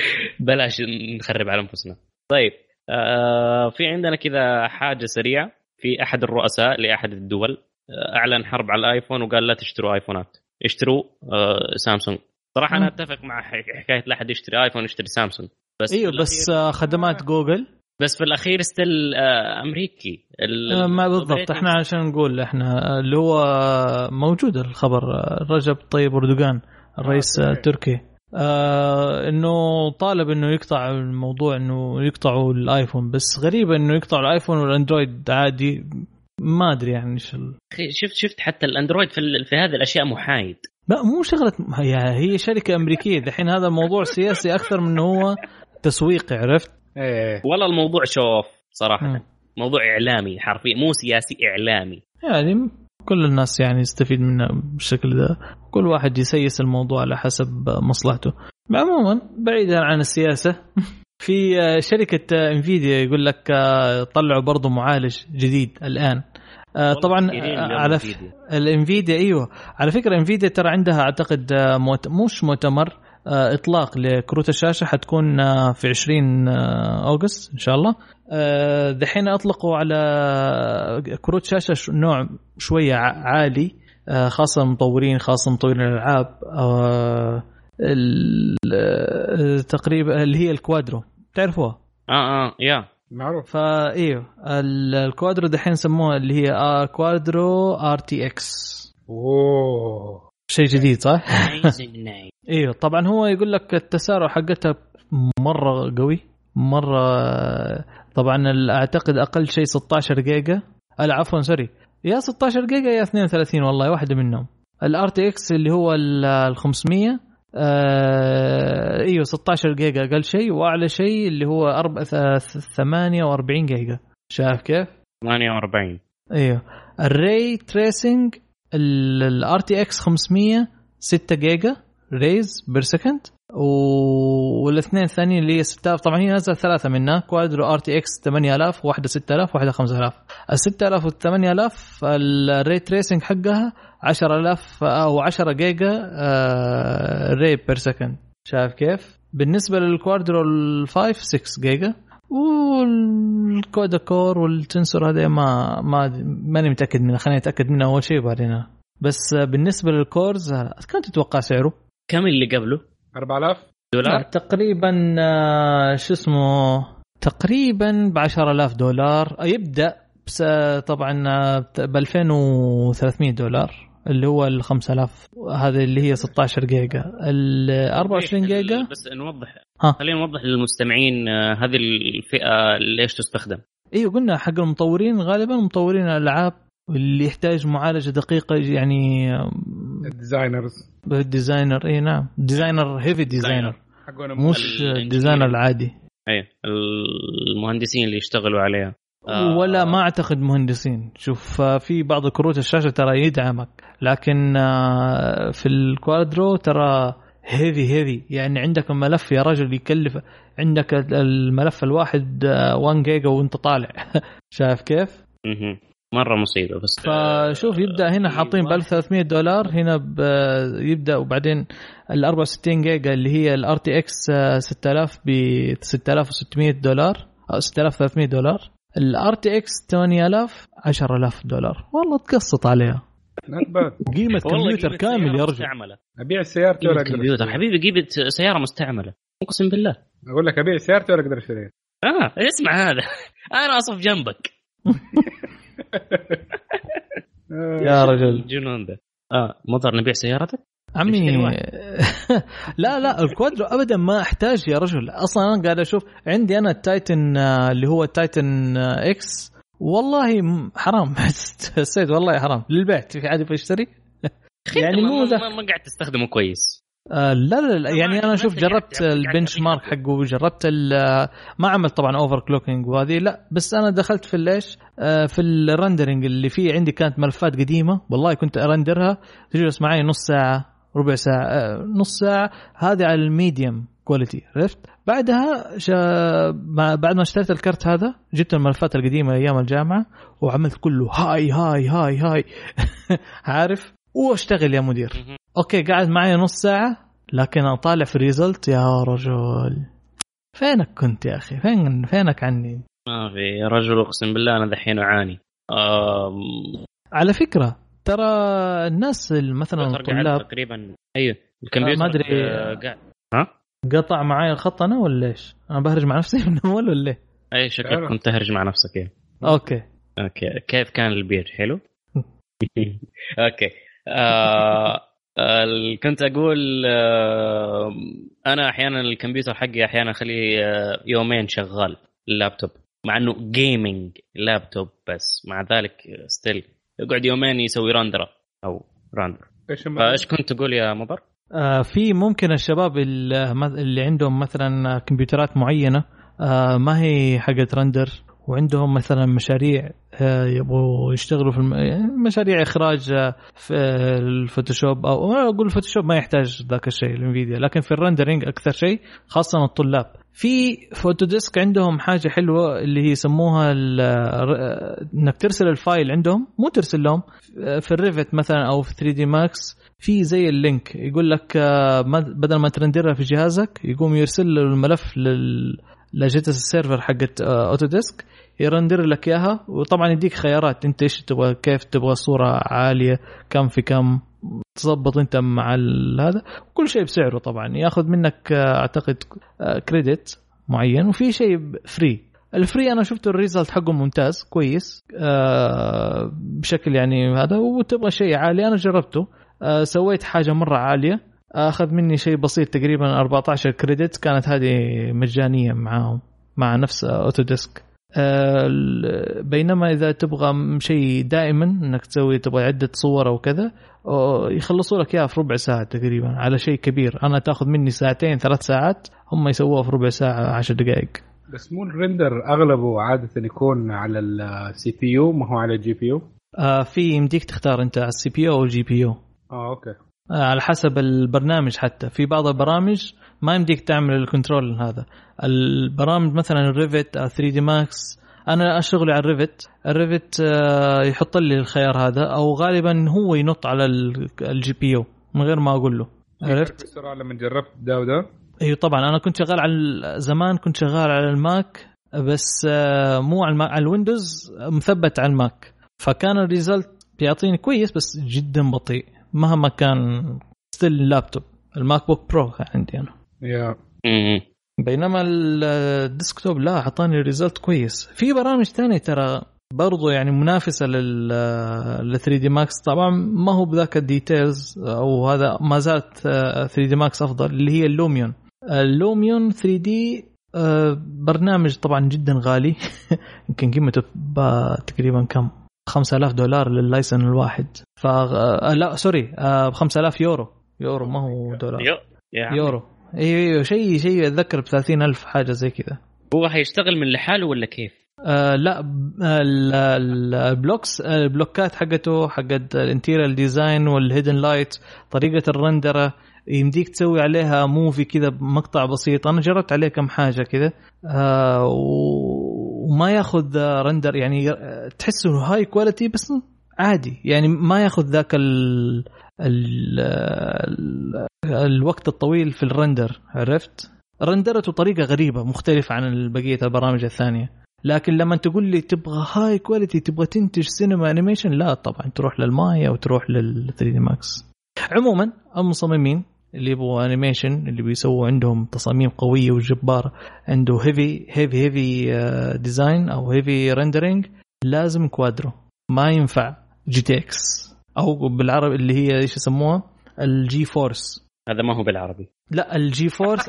بلاش نخرب على انفسنا. طيب آه في عندنا كذا حاجه سريعه، في احد الرؤساء لاحد الدول اعلن حرب على الايفون وقال لا تشتروا ايفونات، اشتروا آه سامسونج. صراحه انا اتفق مع حكايه لا احد يشتري ايفون يشتري سامسونج، بس ايوه بس آه خدمات جوجل بس في الاخير ستيل آه امريكي آه ما بالضبط. احنا عشان نقول احنا اللي هو موجود الخبر رجب طيب اردوغان الرئيس آه التركي آه انه طالب انه يقطع الموضوع، انه يقطعوا الايفون. بس غريبه انه يقطعوا الايفون والاندرويد عادي، ما ادري يعني ايش ال... شفت شفت حتى الاندرويد في, في هذه الاشياء محايد. لا مو شغله، هي هي شركه امريكيه دحين، هذا الموضوع سياسي اكثر من هو تسويقي، عرفت؟ ايه والله الموضوع شوف صراحه م. موضوع اعلامي حرفيا، مو سياسي، اعلامي. يعني كل الناس يعني يستفيد منه بالشكل ده، كل واحد يسيس الموضوع على حسب مصلحته. عموما بعيدا عن السياسه في شركه انفيديا يقول لك طلعوا برضو معالج جديد الان. طبعا على ف... الانفيديا ايوه على فكره انفيديا ترى عندها اعتقد مؤت... مش مؤتمر اطلاق لكروت الشاشه، حتكون في عشرين أغسطس ان شاء الله. دحين اطلقوا على كروت شاشه نوع شويه عالي، خاصه مطورين خاصه مطورين الالعاب، تقريبا اللي هي الكوادرو، تعرفوها؟ اه اه يا معروف. فايوه الكوادرو دحين سموها اللي هي كوادرو ار تي اكس. اوه شيء جديد صح؟ ايوه طبعا هو يقول لك التسارع حقتها مره قوي مره. طبعا اعتقد اقل شيء ستة عشر جيجا، لا عفوا سوري، يا ستة عشر جيجا يا اثنين وثلاثين، والله واحده منهم. الار تي اكس اللي هو ال خمسمية آه ايوه ستة عشر جيجا اقل شيء، واعلى شيء اللي هو أربعة ثمانية وأربعين جيجا. شايف كيف؟ ثمانية وأربعين. ايوه الري تريسنج الار تي اكس خمسمية ستة جيجا ريز بير سكند، والاثنين الثانيين اللي هي ستة آلاف. طبعا هي نزل ثلاثه منها، كوادرو ار تي اكس ثمانية آلاف، واحده ستة آلاف، واحده خمسة آلاف. ال ستة آلاف وال ثمانية آلاف الري تريسنج حقها عشرة آلاف او عشرة جيجا ري بير سكند. شايف كيف؟ بالنسبه للكوادرو الفايف ستة جيجا، والكودا كور والتنسور هذا ما ما ماني متاكد منه، خليني اتاكد منه اول شيء بعدين. بس بالنسبه للكورز كم تتوقع سعره؟ كم اللي قبله؟ أربعة آلاف دولار تقريبا. شو اسمه تقريبا ب عشرة آلاف دولار يبدا، بس طبعا ب ألفين وثلاثمية دولار اللي هو ال خمسة آلاف، هذا اللي هي ستة عشر جيجا. ال أربعة وعشرين جيجا بس نوضح، خلينا نوضح للمستمعين هذه الفئه ليش تستخدم. ايوه قلنا حق المطورين، غالبا مطورين الالعاب اللي يحتاج معالجه دقيقه، يعني الديزاينرز الديزاينر اي نعم ديزاينر هيفي ديزاينر، مش الديزاينر العادي. اي المهندسين اللي يشتغلوا عليها آه ولا ما اعتقد مهندسين. شوف في بعض كروت الشاشه ترى يدعمك، لكن في الكوادرو ترى هيفي هيفي، يعني عندك الملف يا رجل يكلف، عندك الملف الواحد واحد جيجا وانت طالع. شايف كيف؟ اها مره مصيبه. بس فشوف يبدا هنا حاطين ب ألف وثلاثمية دولار هنا يبدا، وبعدين ال أربعة وستين جيجا اللي هي الار تي اكس ستة آلاف ب ستة آلاف وستمية دولار او ستة آلاف وثلاثمية دولار. الار تي اكس ثمانية آلاف عشرة آلاف دولار. والله تقسط عليها قيمه كمبيوتر كامل يا رجل. ابيع سيارتي ولا كمبيوتر حبيبي، جيبت سياره مستعمله اقسم بالله. اقول لك ابيع سيارتي ولا اقدر اشتريها. اه اسمع هذا انا اصف جنبك. يا رجل جنون ده. اه مضر نبيع سيارتك عمي. لا لا الكوادرو ابدا ما احتاج يا رجل. اصلا انا قاعد اشوف عندي انا التايتن اللي هو التايتن اكس، والله حرام. حسيت والله حرام للبيت، في عادي بيشتري يعني مو ما, ما قاعد تستخدمه كويس. آه لا لا يعني انا شوف جربت البنش مارك حقه وجربت ما عمل طبعا اوفر كلوكينج وهذه لا، بس انا دخلت في ليش آه في الرندرنج اللي فيه عندي كانت ملفات قديمه والله كنت ارندرها تجلس معي نص ساعه ربع ساعه آه نص ساعه، هذه على الميديوم كواليتي عرفت. بعدها شا... بعد ما اشتريت الكرت هذا جبت الملفات القديمه ايام الجامعه وعملت كله هاي هاي هاي هاي عارف واشتغل يا مدير. اوكي قاعد معي نص ساعه لكن اطالع في الريزلت يا رجل فينك كنت يا اخي؟ فين فينك عني؟ ما في يا رجل، اقسم بالله انا دحين اعاني. أم... على فكره ترى الناس مثلا الطلاب تقريبا ايوه الكمبيوتر ما ادري قاعد ها قطع معايا الخط انا ولا ايش؟ انا بهرج مع نفسي من اول ولا ايه؟ اي شكلك كنت تهرج مع نفسك ايه. اوكي اوكي كيف كان البير؟ حلو. اوكي آه... آه... كنت اقول آه... انا احيانا الكمبيوتر حقي احيانا اخليه آه... يومين شغال اللابتوب، مع انه جيمنج لابتوب، بس مع ذلك ستيل يقعد يومين يسوي راندر او راندر. ايش كنت تقول يا مبر؟ آه في ممكن الشباب اللي عندهم مثلا كمبيوترات معينة آه ما هي حقت رندر، وعندهم مثلا مشاريع آه يبغوا يشتغلوا في الم... مشاريع إخراج آه في الفوتوشوب، أو أقول الفوتوشوب ما يحتاج ذاك الشيء الانفيديا، لكن في الرندرينج أكثر شيء خاصة الطلاب. في فوتوديسك عندهم حاجة حلوة اللي هي يسموها انك ترسل الفايل عندهم، مو ترسل لهم في الريفت مثلا او في ثري دي ماكس، في زي اللينك يقول لك بدل ما ترندرها في جهازك يقوم يرسل له الملف لجهاز السيرفر حقت اوتوديسك يرندر لك اياها، وطبعا يديك خيارات انت ايش تبغى، كيف تبغى صورة عالية، كم في كم، تظبط انت مع هذا، كل شيء بسعره. طبعا ياخذ منك اعتقد كريدت معين، وفي شيء فري. الفري انا شفت الريزلت حقه ممتاز كويس بشكل يعني هذا، وتبغى شيء عالي انا جربته سويت حاجة مرة عالية، اخذ مني شيء بسيط تقريبا أربعة عشر كريدت، كانت هذه مجانية معاهم مع نفس اوتوديسك. بينما إذا تبغى شيء دائما إنك تسوي تبغى عدة صور أو كذا يخلصوا لك إياه في ربع ساعة تقريبا على شيء كبير. أنا تأخذ مني ساعتين ثلاث ساعات، هم يسووها في ربع ساعة عشر دقائق. بس مو الرندر أغلبه عادة يكون على السي بي يو ما هو على الجي بي يو؟ آه في يمديك تختار أنت على السي بي يو أو الجي بي يو. آه أوكي. آه على حسب البرنامج، حتى في بعض البرامج ما يمديك تعمل الكنترول هذا. البرامج مثلا الريفت أو ثري دي ماكس، أنا أشتغل على الريفت، الريفت يحط لي الخيار هذا، أو غالبا هو ينط على الجي بي يو من غير ما أقول له. عرفت بسرعة لما جربت ده وده؟ أيوة طبعا أنا كنت شغال على زمان، كنت شغال على الماك بس مو على الماك، على الويندوز مثبت على الماك، فكان الريزلت بيعطيني كويس بس جدا بطيء مهما كان ستيل لابتوب. الماك بوك برو عندي أنا. يا بينما الديسكتوب لا عطاني ريزلت كويس. في برامج تانية ترى برضو يعني منافسة لل ثري دي ماكس، طبعا ما هو بذاك الديتيلز أو هذا، ما زالت ثري دي ماكس أفضل، اللي هي اللوميون. اللوميون ثري دي برنامج طبعا جدا غالي يمكن قيمته تقريبا كم خمسة آلاف دولار لللايسن الواحد، ف لا سوري بخمسة آلاف يورو. يورو ما هو دولار، يورو. ايوه شيء شيء اتذكر ب ثلاثين ألف حاجه زي كذا. هو هيشتغل من لحاله ولا كيف؟ آه لا البلوكس البلوكات حقته حقت الانتيريال ديزاين والهيدن لايت، طريقه الرندره يمديك تسوي عليها موفي كذا مقطع بسيط. انا جربت عليه كم حاجه كذا آه وما ياخذ رندر، يعني تحسه هاي كواليتي بس عادي، يعني ما ياخذ ذاك ال ال الوقت الطويل في الرندر. عرفت رندرته طريقة غريبة مختلفة عن بقية البرامج الثانية. لكن لما تقول لي تبغى هاي كواليتي، تبغى تنتج سينما انيميشن، لا طبعا تروح للمايا وتروح لل ثري دي ماكس. عموما المصممين اللي يبغوا انيميشن، اللي بيسووا عندهم تصاميم قوية وجبارة، عنده هيفي هيفي هيفي ديزاين او هيفي رندرينج، لازم كوادرو، ما ينفع جي تي اكس او بالعربي اللي هي ايش يسموها الجي فورس. هذا ما هو بالعربي. لا الجي فورس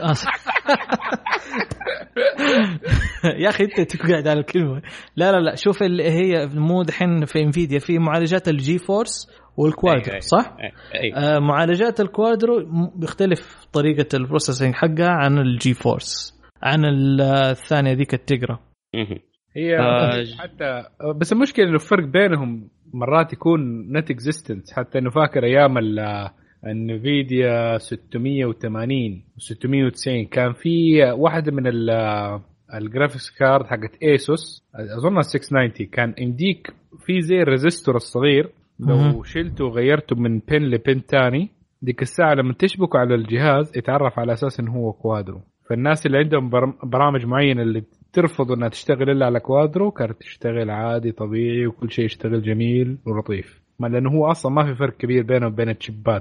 يا اخي انت تقعد على الكلمه. لا لا لا شوف اللي هي مو دحين في انفيديا في معالجات الجي فورس والكوادرو. أي صح أي أي. آه معالجات الكوادرو بيختلف طريقه البروسيسنج حقها عن الجي فورس، عن الثانيه ذيك التجرا. هي آه حتى بس المشكله انه الفرق بينهم مرات يكون نت اكزيستنس. حتى انه فاكر ايام النفيديا ستمية وثمانين وستمية وتسعين كان في واحده من الجرافيكس كارد حقت ايسوس اظن ستمية وتسعين، كان يمديك في زي الريزستور الصغير لو شلته وغيرته من بين لبين تاني، ديك الساعه لما تشبكه على الجهاز يتعرف على اساس انه هو كوادرو. فالناس اللي عندهم برامج معينه اللي ترفض انها تشتغل الا على كوادرو كانت تشتغل عادي طبيعي وكل شيء يشتغل جميل ولطيف، ما لانه هو اصلا ما في فرق كبير بينه وبين الشيبات.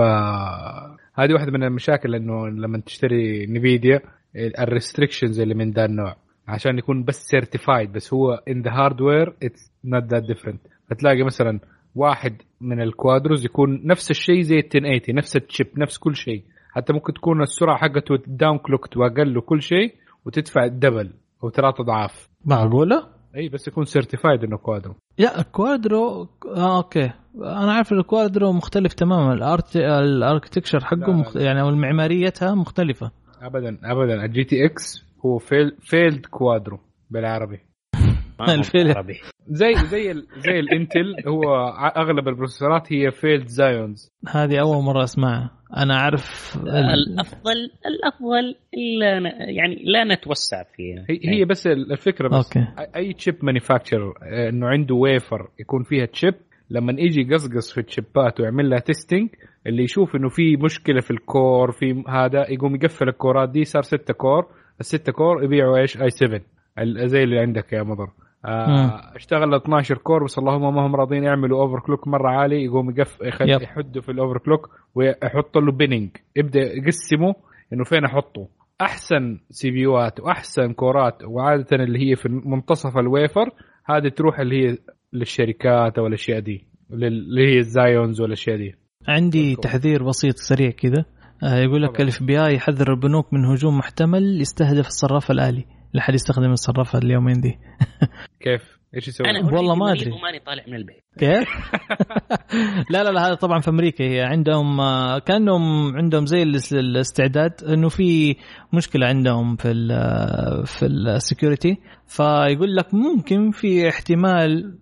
فهذه واحده من المشاكل انه لما تشتري نفيديا الريستريكشنز اللي من ذا النوع عشان يكون بس سيرتيفايد، بس هو in the hardware it's not that different. فتلاقي مثلا واحد من الكوادروز يكون نفس الشيء زي ال عشرة ثمانين، نفس الشيب نفس كل شيء، حتى ممكن تكون السرعه حقته داون كلوكت واقل وكل شيء وتدفع الدبل او ثلاث اضعاف. معقوله؟ اي بس يكون سيرتيفايد انه كوادرو. لا الكوادرو آه اوكي انا عارف الكوادرو مختلف تماما، الارت الاركتكتشر حقه مخ... يعني المعماريتها مختلفه. ابدا ابدا الجي تي اكس هو فيل فيلد كوادرو بالعربي. العربي زي زي ال... زي الانتل هو اغلب البروسيسورات هي فيلد زايونز. هذه اول مره اسمعها. انا عارف ال... الافضل الافضل لا ن... يعني لا نتوسع فيها. هي, هي بس الفكره بس أوكي. اي تشيب مانيفاكتشر انه عنده ويفر يكون فيها تشيب، لما يجي يقصقص في التشيبات ويعمل لها تيستينج اللي يشوف انه في مشكله في الكور في هذا يقوم يقفل الكورات دي، صار ستة كور، الستة كور يبيعوا ايش اي سبعة زي اللي عندك يا مضر. آه اشتغل اثناشر كور بس اللهم ما هم راضين يعملوا اوفر كلوك مره عالي، يقوم يقف يخلي يحده في الاوفر كلوك ويحط له بيننج، يبدا يقسمه انه فين احطه احسن سي بي يوات واحسن كورات، وعاده اللي هي في منتصف الويفر هذه تروح اللي هي للشركات او الاشياء دي اللي هي الزايونز والاشياء دي. عندي تحذير بسيط سريع كذا، يقول لك الاف بي اي يحذر البنوك من هجوم محتمل يستهدف الصراف الآلي لحد يستخدم الصرافة اليومين دي. كيف ايش يسوي؟ والله ما ادري وماني طالع من البيت كيف. لا لا لا هذا طبعا في امريكا، هي عندهم كانهم عندهم زي الاستعداد انه في مشكله عندهم في ال في السكيورتي، فيقول لك ممكن في احتمال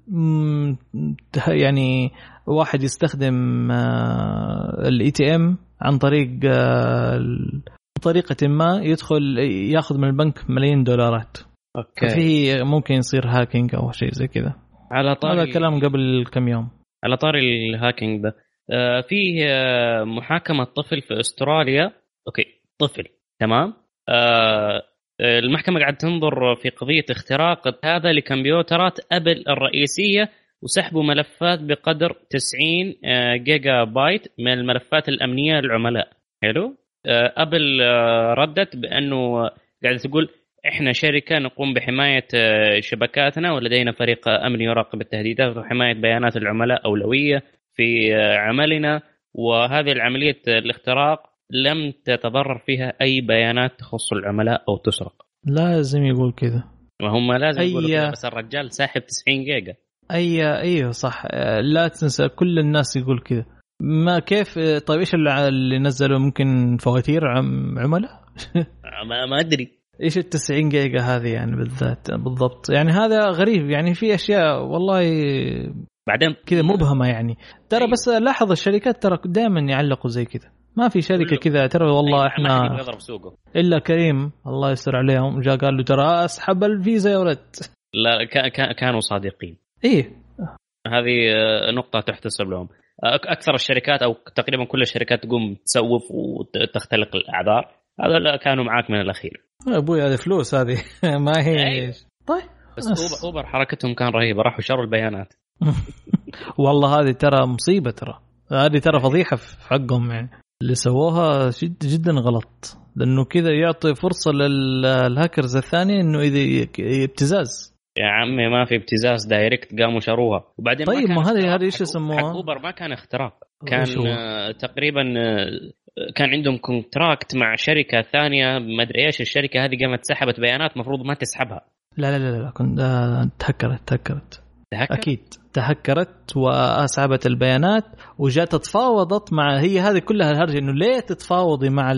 يعني واحد يستخدم الاي تي ام عن طريق بطريقه ما يدخل ياخذ من البنك ملايين دولارات. اوكي فيه ممكن يصير هاكينج او شيء زي كذا. على طاري هذا كلام قبل كم يوم. على طاري الهاكينج ده آه فيه آه محاكمه طفل في استراليا. اوكي طفل تمام. آه المحكمه قاعد تنظر في قضيه اختراق هذا لكمبيوترات ابل الرئيسيه وسحبوا ملفات بقدر تسعين آه جيجا بايت من الملفات الامنيه للعملاء. حلو. آه ابل آه ردت بانه قاعده تقول احنا شركه نقوم بحمايه شبكاتنا ولدينا فريق امني يراقب التهديدات وحمايه بيانات العملاء اولويه في عملنا، وهذه العمليه الاختراق لم تتضرر فيها اي بيانات تخص العملاء او تسرق. لازم يقول كذا، وهم لازم يقولوا كذا، بس الرجال ساحب تسعين جيجا. اي ايوه صح، لا تنسى كل الناس يقول كذا. ما كيف طيب ايش اللي نزلوا؟ ممكن فواتير عملاء ما ما ادري ايش التسعين جيجا هذه يعني بالذات بالضبط. يعني هذا غريب، يعني في اشياء والله بعدين كذا مبهمه يعني. ترى بس لاحظ الشركات ترى دائما يعلقوا زي كذا، ما في شركه كذا ترى والله احنا الا كريم الله يستر عليهم جاء قال له ترى اسحب الفيزا يا ولد. لا كانوا صادقين. ايه هذه نقطه تحتسب لهم. اكثر الشركات او تقريبا كل الشركات تقوم تسوف وتختلق الاعذار، هذا كانوا معاك من الاخير. ابوي هذه فلوس هذه ما هي. طيب بس أوبر, اوبر حركتهم كان رهيبه، راحوا شروا البيانات. والله هذه ترى مصيبه، ترى هذه ترى فضيحه في حقهم يعني اللي سووها جد جدا غلط، لانه كذا يعطي فرصه للهاكرز الثاني انه اذا ابتزاز. يا عمي ما في ابتزاز، دايركت قاموا شروها. وبعدين طيب ما هذه هذه ايش يسموها؟ اوبر ما كان اختراق، كان تقريبا كان عندهم كونتراكت مع شركه ثانيه ما ادري ايش. الشركه هذه قامت سحبت بيانات مفروض ما تسحبها. لا لا لا لا كنت تهكرت تهكرت تهكر؟ اكيد تهكرت واسحبت البيانات وجات تفاوضت مع هي هذه كلها الهرجه انه ليه تتفاوضي مع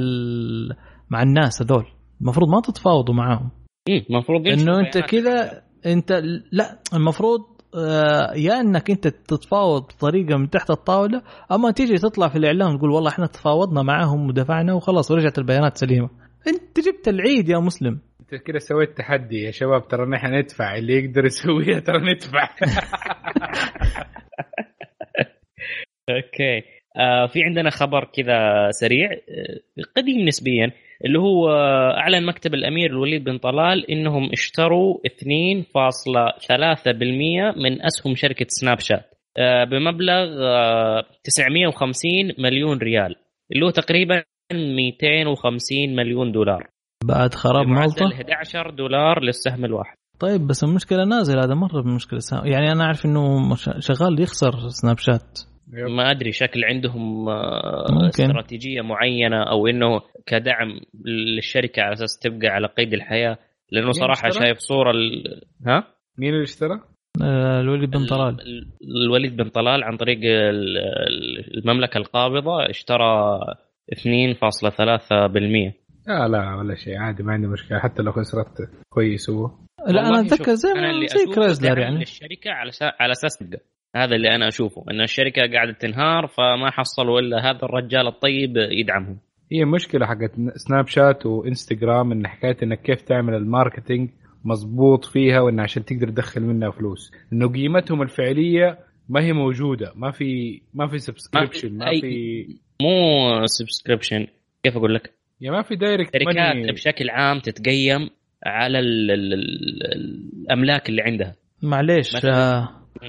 مع الناس هذول؟ المفروض ما تتفاوضوا معاهم. امم المفروض انه انت كذا انت لا المفروض آه يا انك انت تتفاوض بطريقه من تحت الطاوله، اما تيجي تطلع في الاعلام تقول والله احنا تفاوضنا معاهم ودفعنا وخلاص ورجعت البيانات سليمه. انت جبت العيد يا مسلم. انت كده سويت تحدي يا شباب، ترى نحن ندفع، اللي يقدر يسويها ترى ندفع. اوكي آه في عندنا خبر كذا سريع آه قديم نسبيا، اللي هو أعلن مكتب الأمير الوليد بن طلال إنهم اشتروا اثنين فاصلة ثلاثة بالمئة من أسهم شركة سناب شات آه بمبلغ آه تسعمائة وخمسين مليون ريال، اللي هو تقريبا مئتين وخمسين مليون دولار بعد خراب مالطا، أحد عشر دولار للسهم الواحد. طيب بس المشكلة نازل هذا مرة بمشكلة سهم. يعني أنا أعرف إنه شغال يخسر سناب شات، ما أدري شكل عندهم ممكن استراتيجية معينة أو إنه كدعم للشركة على أساس تبقى على قيد الحياة، لأنه صراحة شايف صورة ال... ها مين اللي اشترى؟ الوليد بن طلال. الوليد بن طلال عن طريق المملكة القابضة اشترى اثنين فاصلة ثلاثة بالمئة. لا لا ولا شيء عادي، ما عندي مشكلة حتى لو خسرت كويس. هو لا أنا أتذكر زي زي كريزلر يعني الشركة على على أساس تبقى، هذا اللي أنا أشوفه، إن الشركة قاعدة تنهار فما حصلوا إلا هذا الرجال الطيب يدعمهم. هي مشكلة حقت سناب شات وإنستغرام إن حكاية إنك كيف تعمل الماركتينج مزبوط فيها، وإن عشان تقدر تدخل منها فلوس، إنه قيمتهم الفعلية ما هي موجودة، ما في ما في سبسكريبشن، ما في مو سبسكريبشن، كيف أقول لك، يا ما في دايركت شركات ماني. بشكل عام تتقيم على ال ال ال الأملاك اللي عندها. معليش آه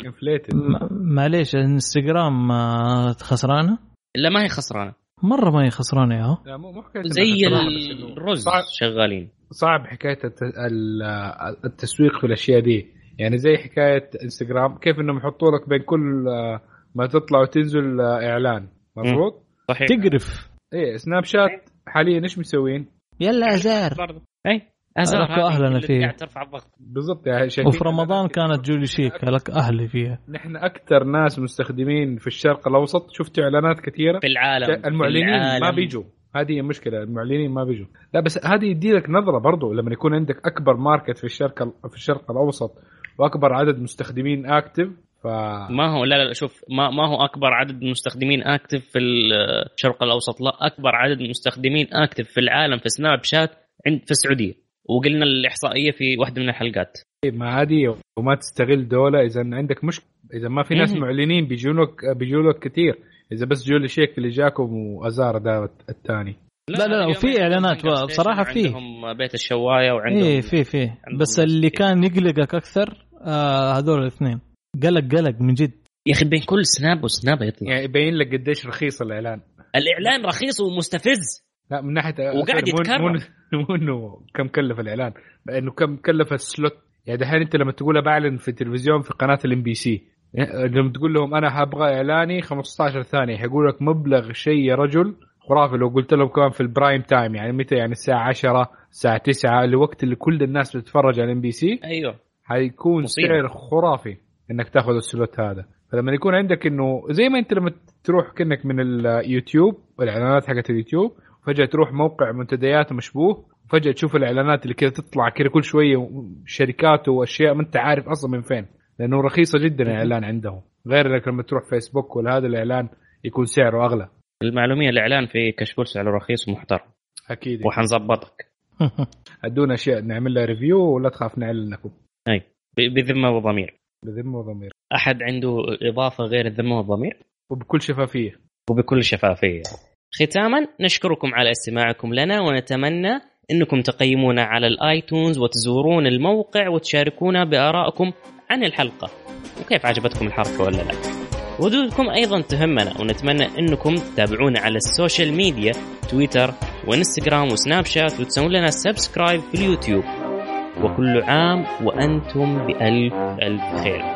معليش انستغرام خسرانة؟ لا ما هي خسرانة مرة، ما هي خسرانة يا لا مو زي الرز صعب شغالين. صعب حكاية التسويق في الأشياء دي، يعني زي حكاية انستغرام كيف إنهم يحطوا لك بين كل ما تطلع وتنزل إعلان مضبوط صحيح تقرف. إيه سناب شات حاليا إيش مسوين؟ يلا أزار أي أزار أهلنا فيه بالضبط يعني. وفي رمضان كانت جولي شيك لك أهلي فيها. نحن أكثر ناس مستخدمين في الشرق الأوسط، شفت إعلانات كثيرة في العالم، المعلنين في العالم. ما بيجوا، هذه مشكلة، المعلنين ما بيجوا. لا بس هذه يدي لك نظرة برضو لما يكون عندك أكبر ماركت في الشرق في الشرق الأوسط وأكبر عدد مستخدمين أكتف. ف... ما هو لا لا شوف ما ما هو أكبر عدد مستخدمين أكتف في الشرق الأوسط، لا أكبر عدد مستخدمين أكتف في العالم في سناب شات عند في السعودية، وقلنا الإحصائية في واحدة من الحلقات. ما هذه وما تستغل دولة إذا عندك مش إذا ما في ناس معلنين بيجونك بيجولك كتير، إذا بس جول الشيك اللي جاكم وأزار ده الثاني. لا لا وفي إعلانات بصراحة فيه عندهم بيت الشواية وعندهم إيه في في بس اللي كان يقلقك أكثر آه هذول الاثنين، قلق قلق من جد يا أخي، بين كل سناب وسناب يطلع يعني يبين لك قديش رخيص الإعلان. الإعلان رخيص ومستفز. لا من ناحية وقاعد يتكرر، مو إنه كم كلف الإعلان، إنه كم كلف السلوت. يعني دحين أنت لما تقولها بعلن في التلفزيون في قناة الام بي سي، لما تقول لهم أنا هبغى إعلاني خمسة عشر ثانية هيقول لك مبلغ شيء يا رجل خرافي. لو قلت لهم كمان في البرايم تايم، يعني متى، يعني الساعة عشرة الساعة تسعة الوقت اللي كل الناس بتتفرج على الام بي سي، أيوه هيكون مصيبة. سعر خرافي إنك تأخذ السلوت هذا. فلما يكون عندك إنه زي ما أنت لما تروح كأنك من اليوتيوب والإعلانات حقت اليوتيوب، فجأة تروح موقع منتديات مشبوه، فجأة تشوف الإعلانات اللي كده تطلع كده كل شوية شركات وأشياء ما أنت عارف أصلا من فين، لأنه رخيصة جدا الإعلان عندهم، غير لك لما تروح فيسبوك ولا هذا الإعلان يكون سعره أغلى. المعلومية الإعلان في كشكول سعره رخيص ومحترم أكيد، وحنظبطك. أدونا أشياء نعمل لها ريفيو ولا تخاف نعلنكم. أي بذمة وضمير. بذمة وضمير. أحد عنده إضافة غير الذمة والضمير؟ وبكل شفافية. وبكل شفافية. ختاما نشكركم على استماعكم لنا، ونتمنى أنكم تقيمونا على الآيتونز وتزورون الموقع وتشاركونا بآرائكم عن الحلقة وكيف عجبتكم الحلقة ولا لا. ردودكم أيضا تهمنا، ونتمنى أنكم تتابعونا على السوشيال ميديا تويتر وإنستغرام وسناب شات، وتسوون لنا سبسكرايب في اليوتيوب. وكل عام وأنتم بألف ألف خير.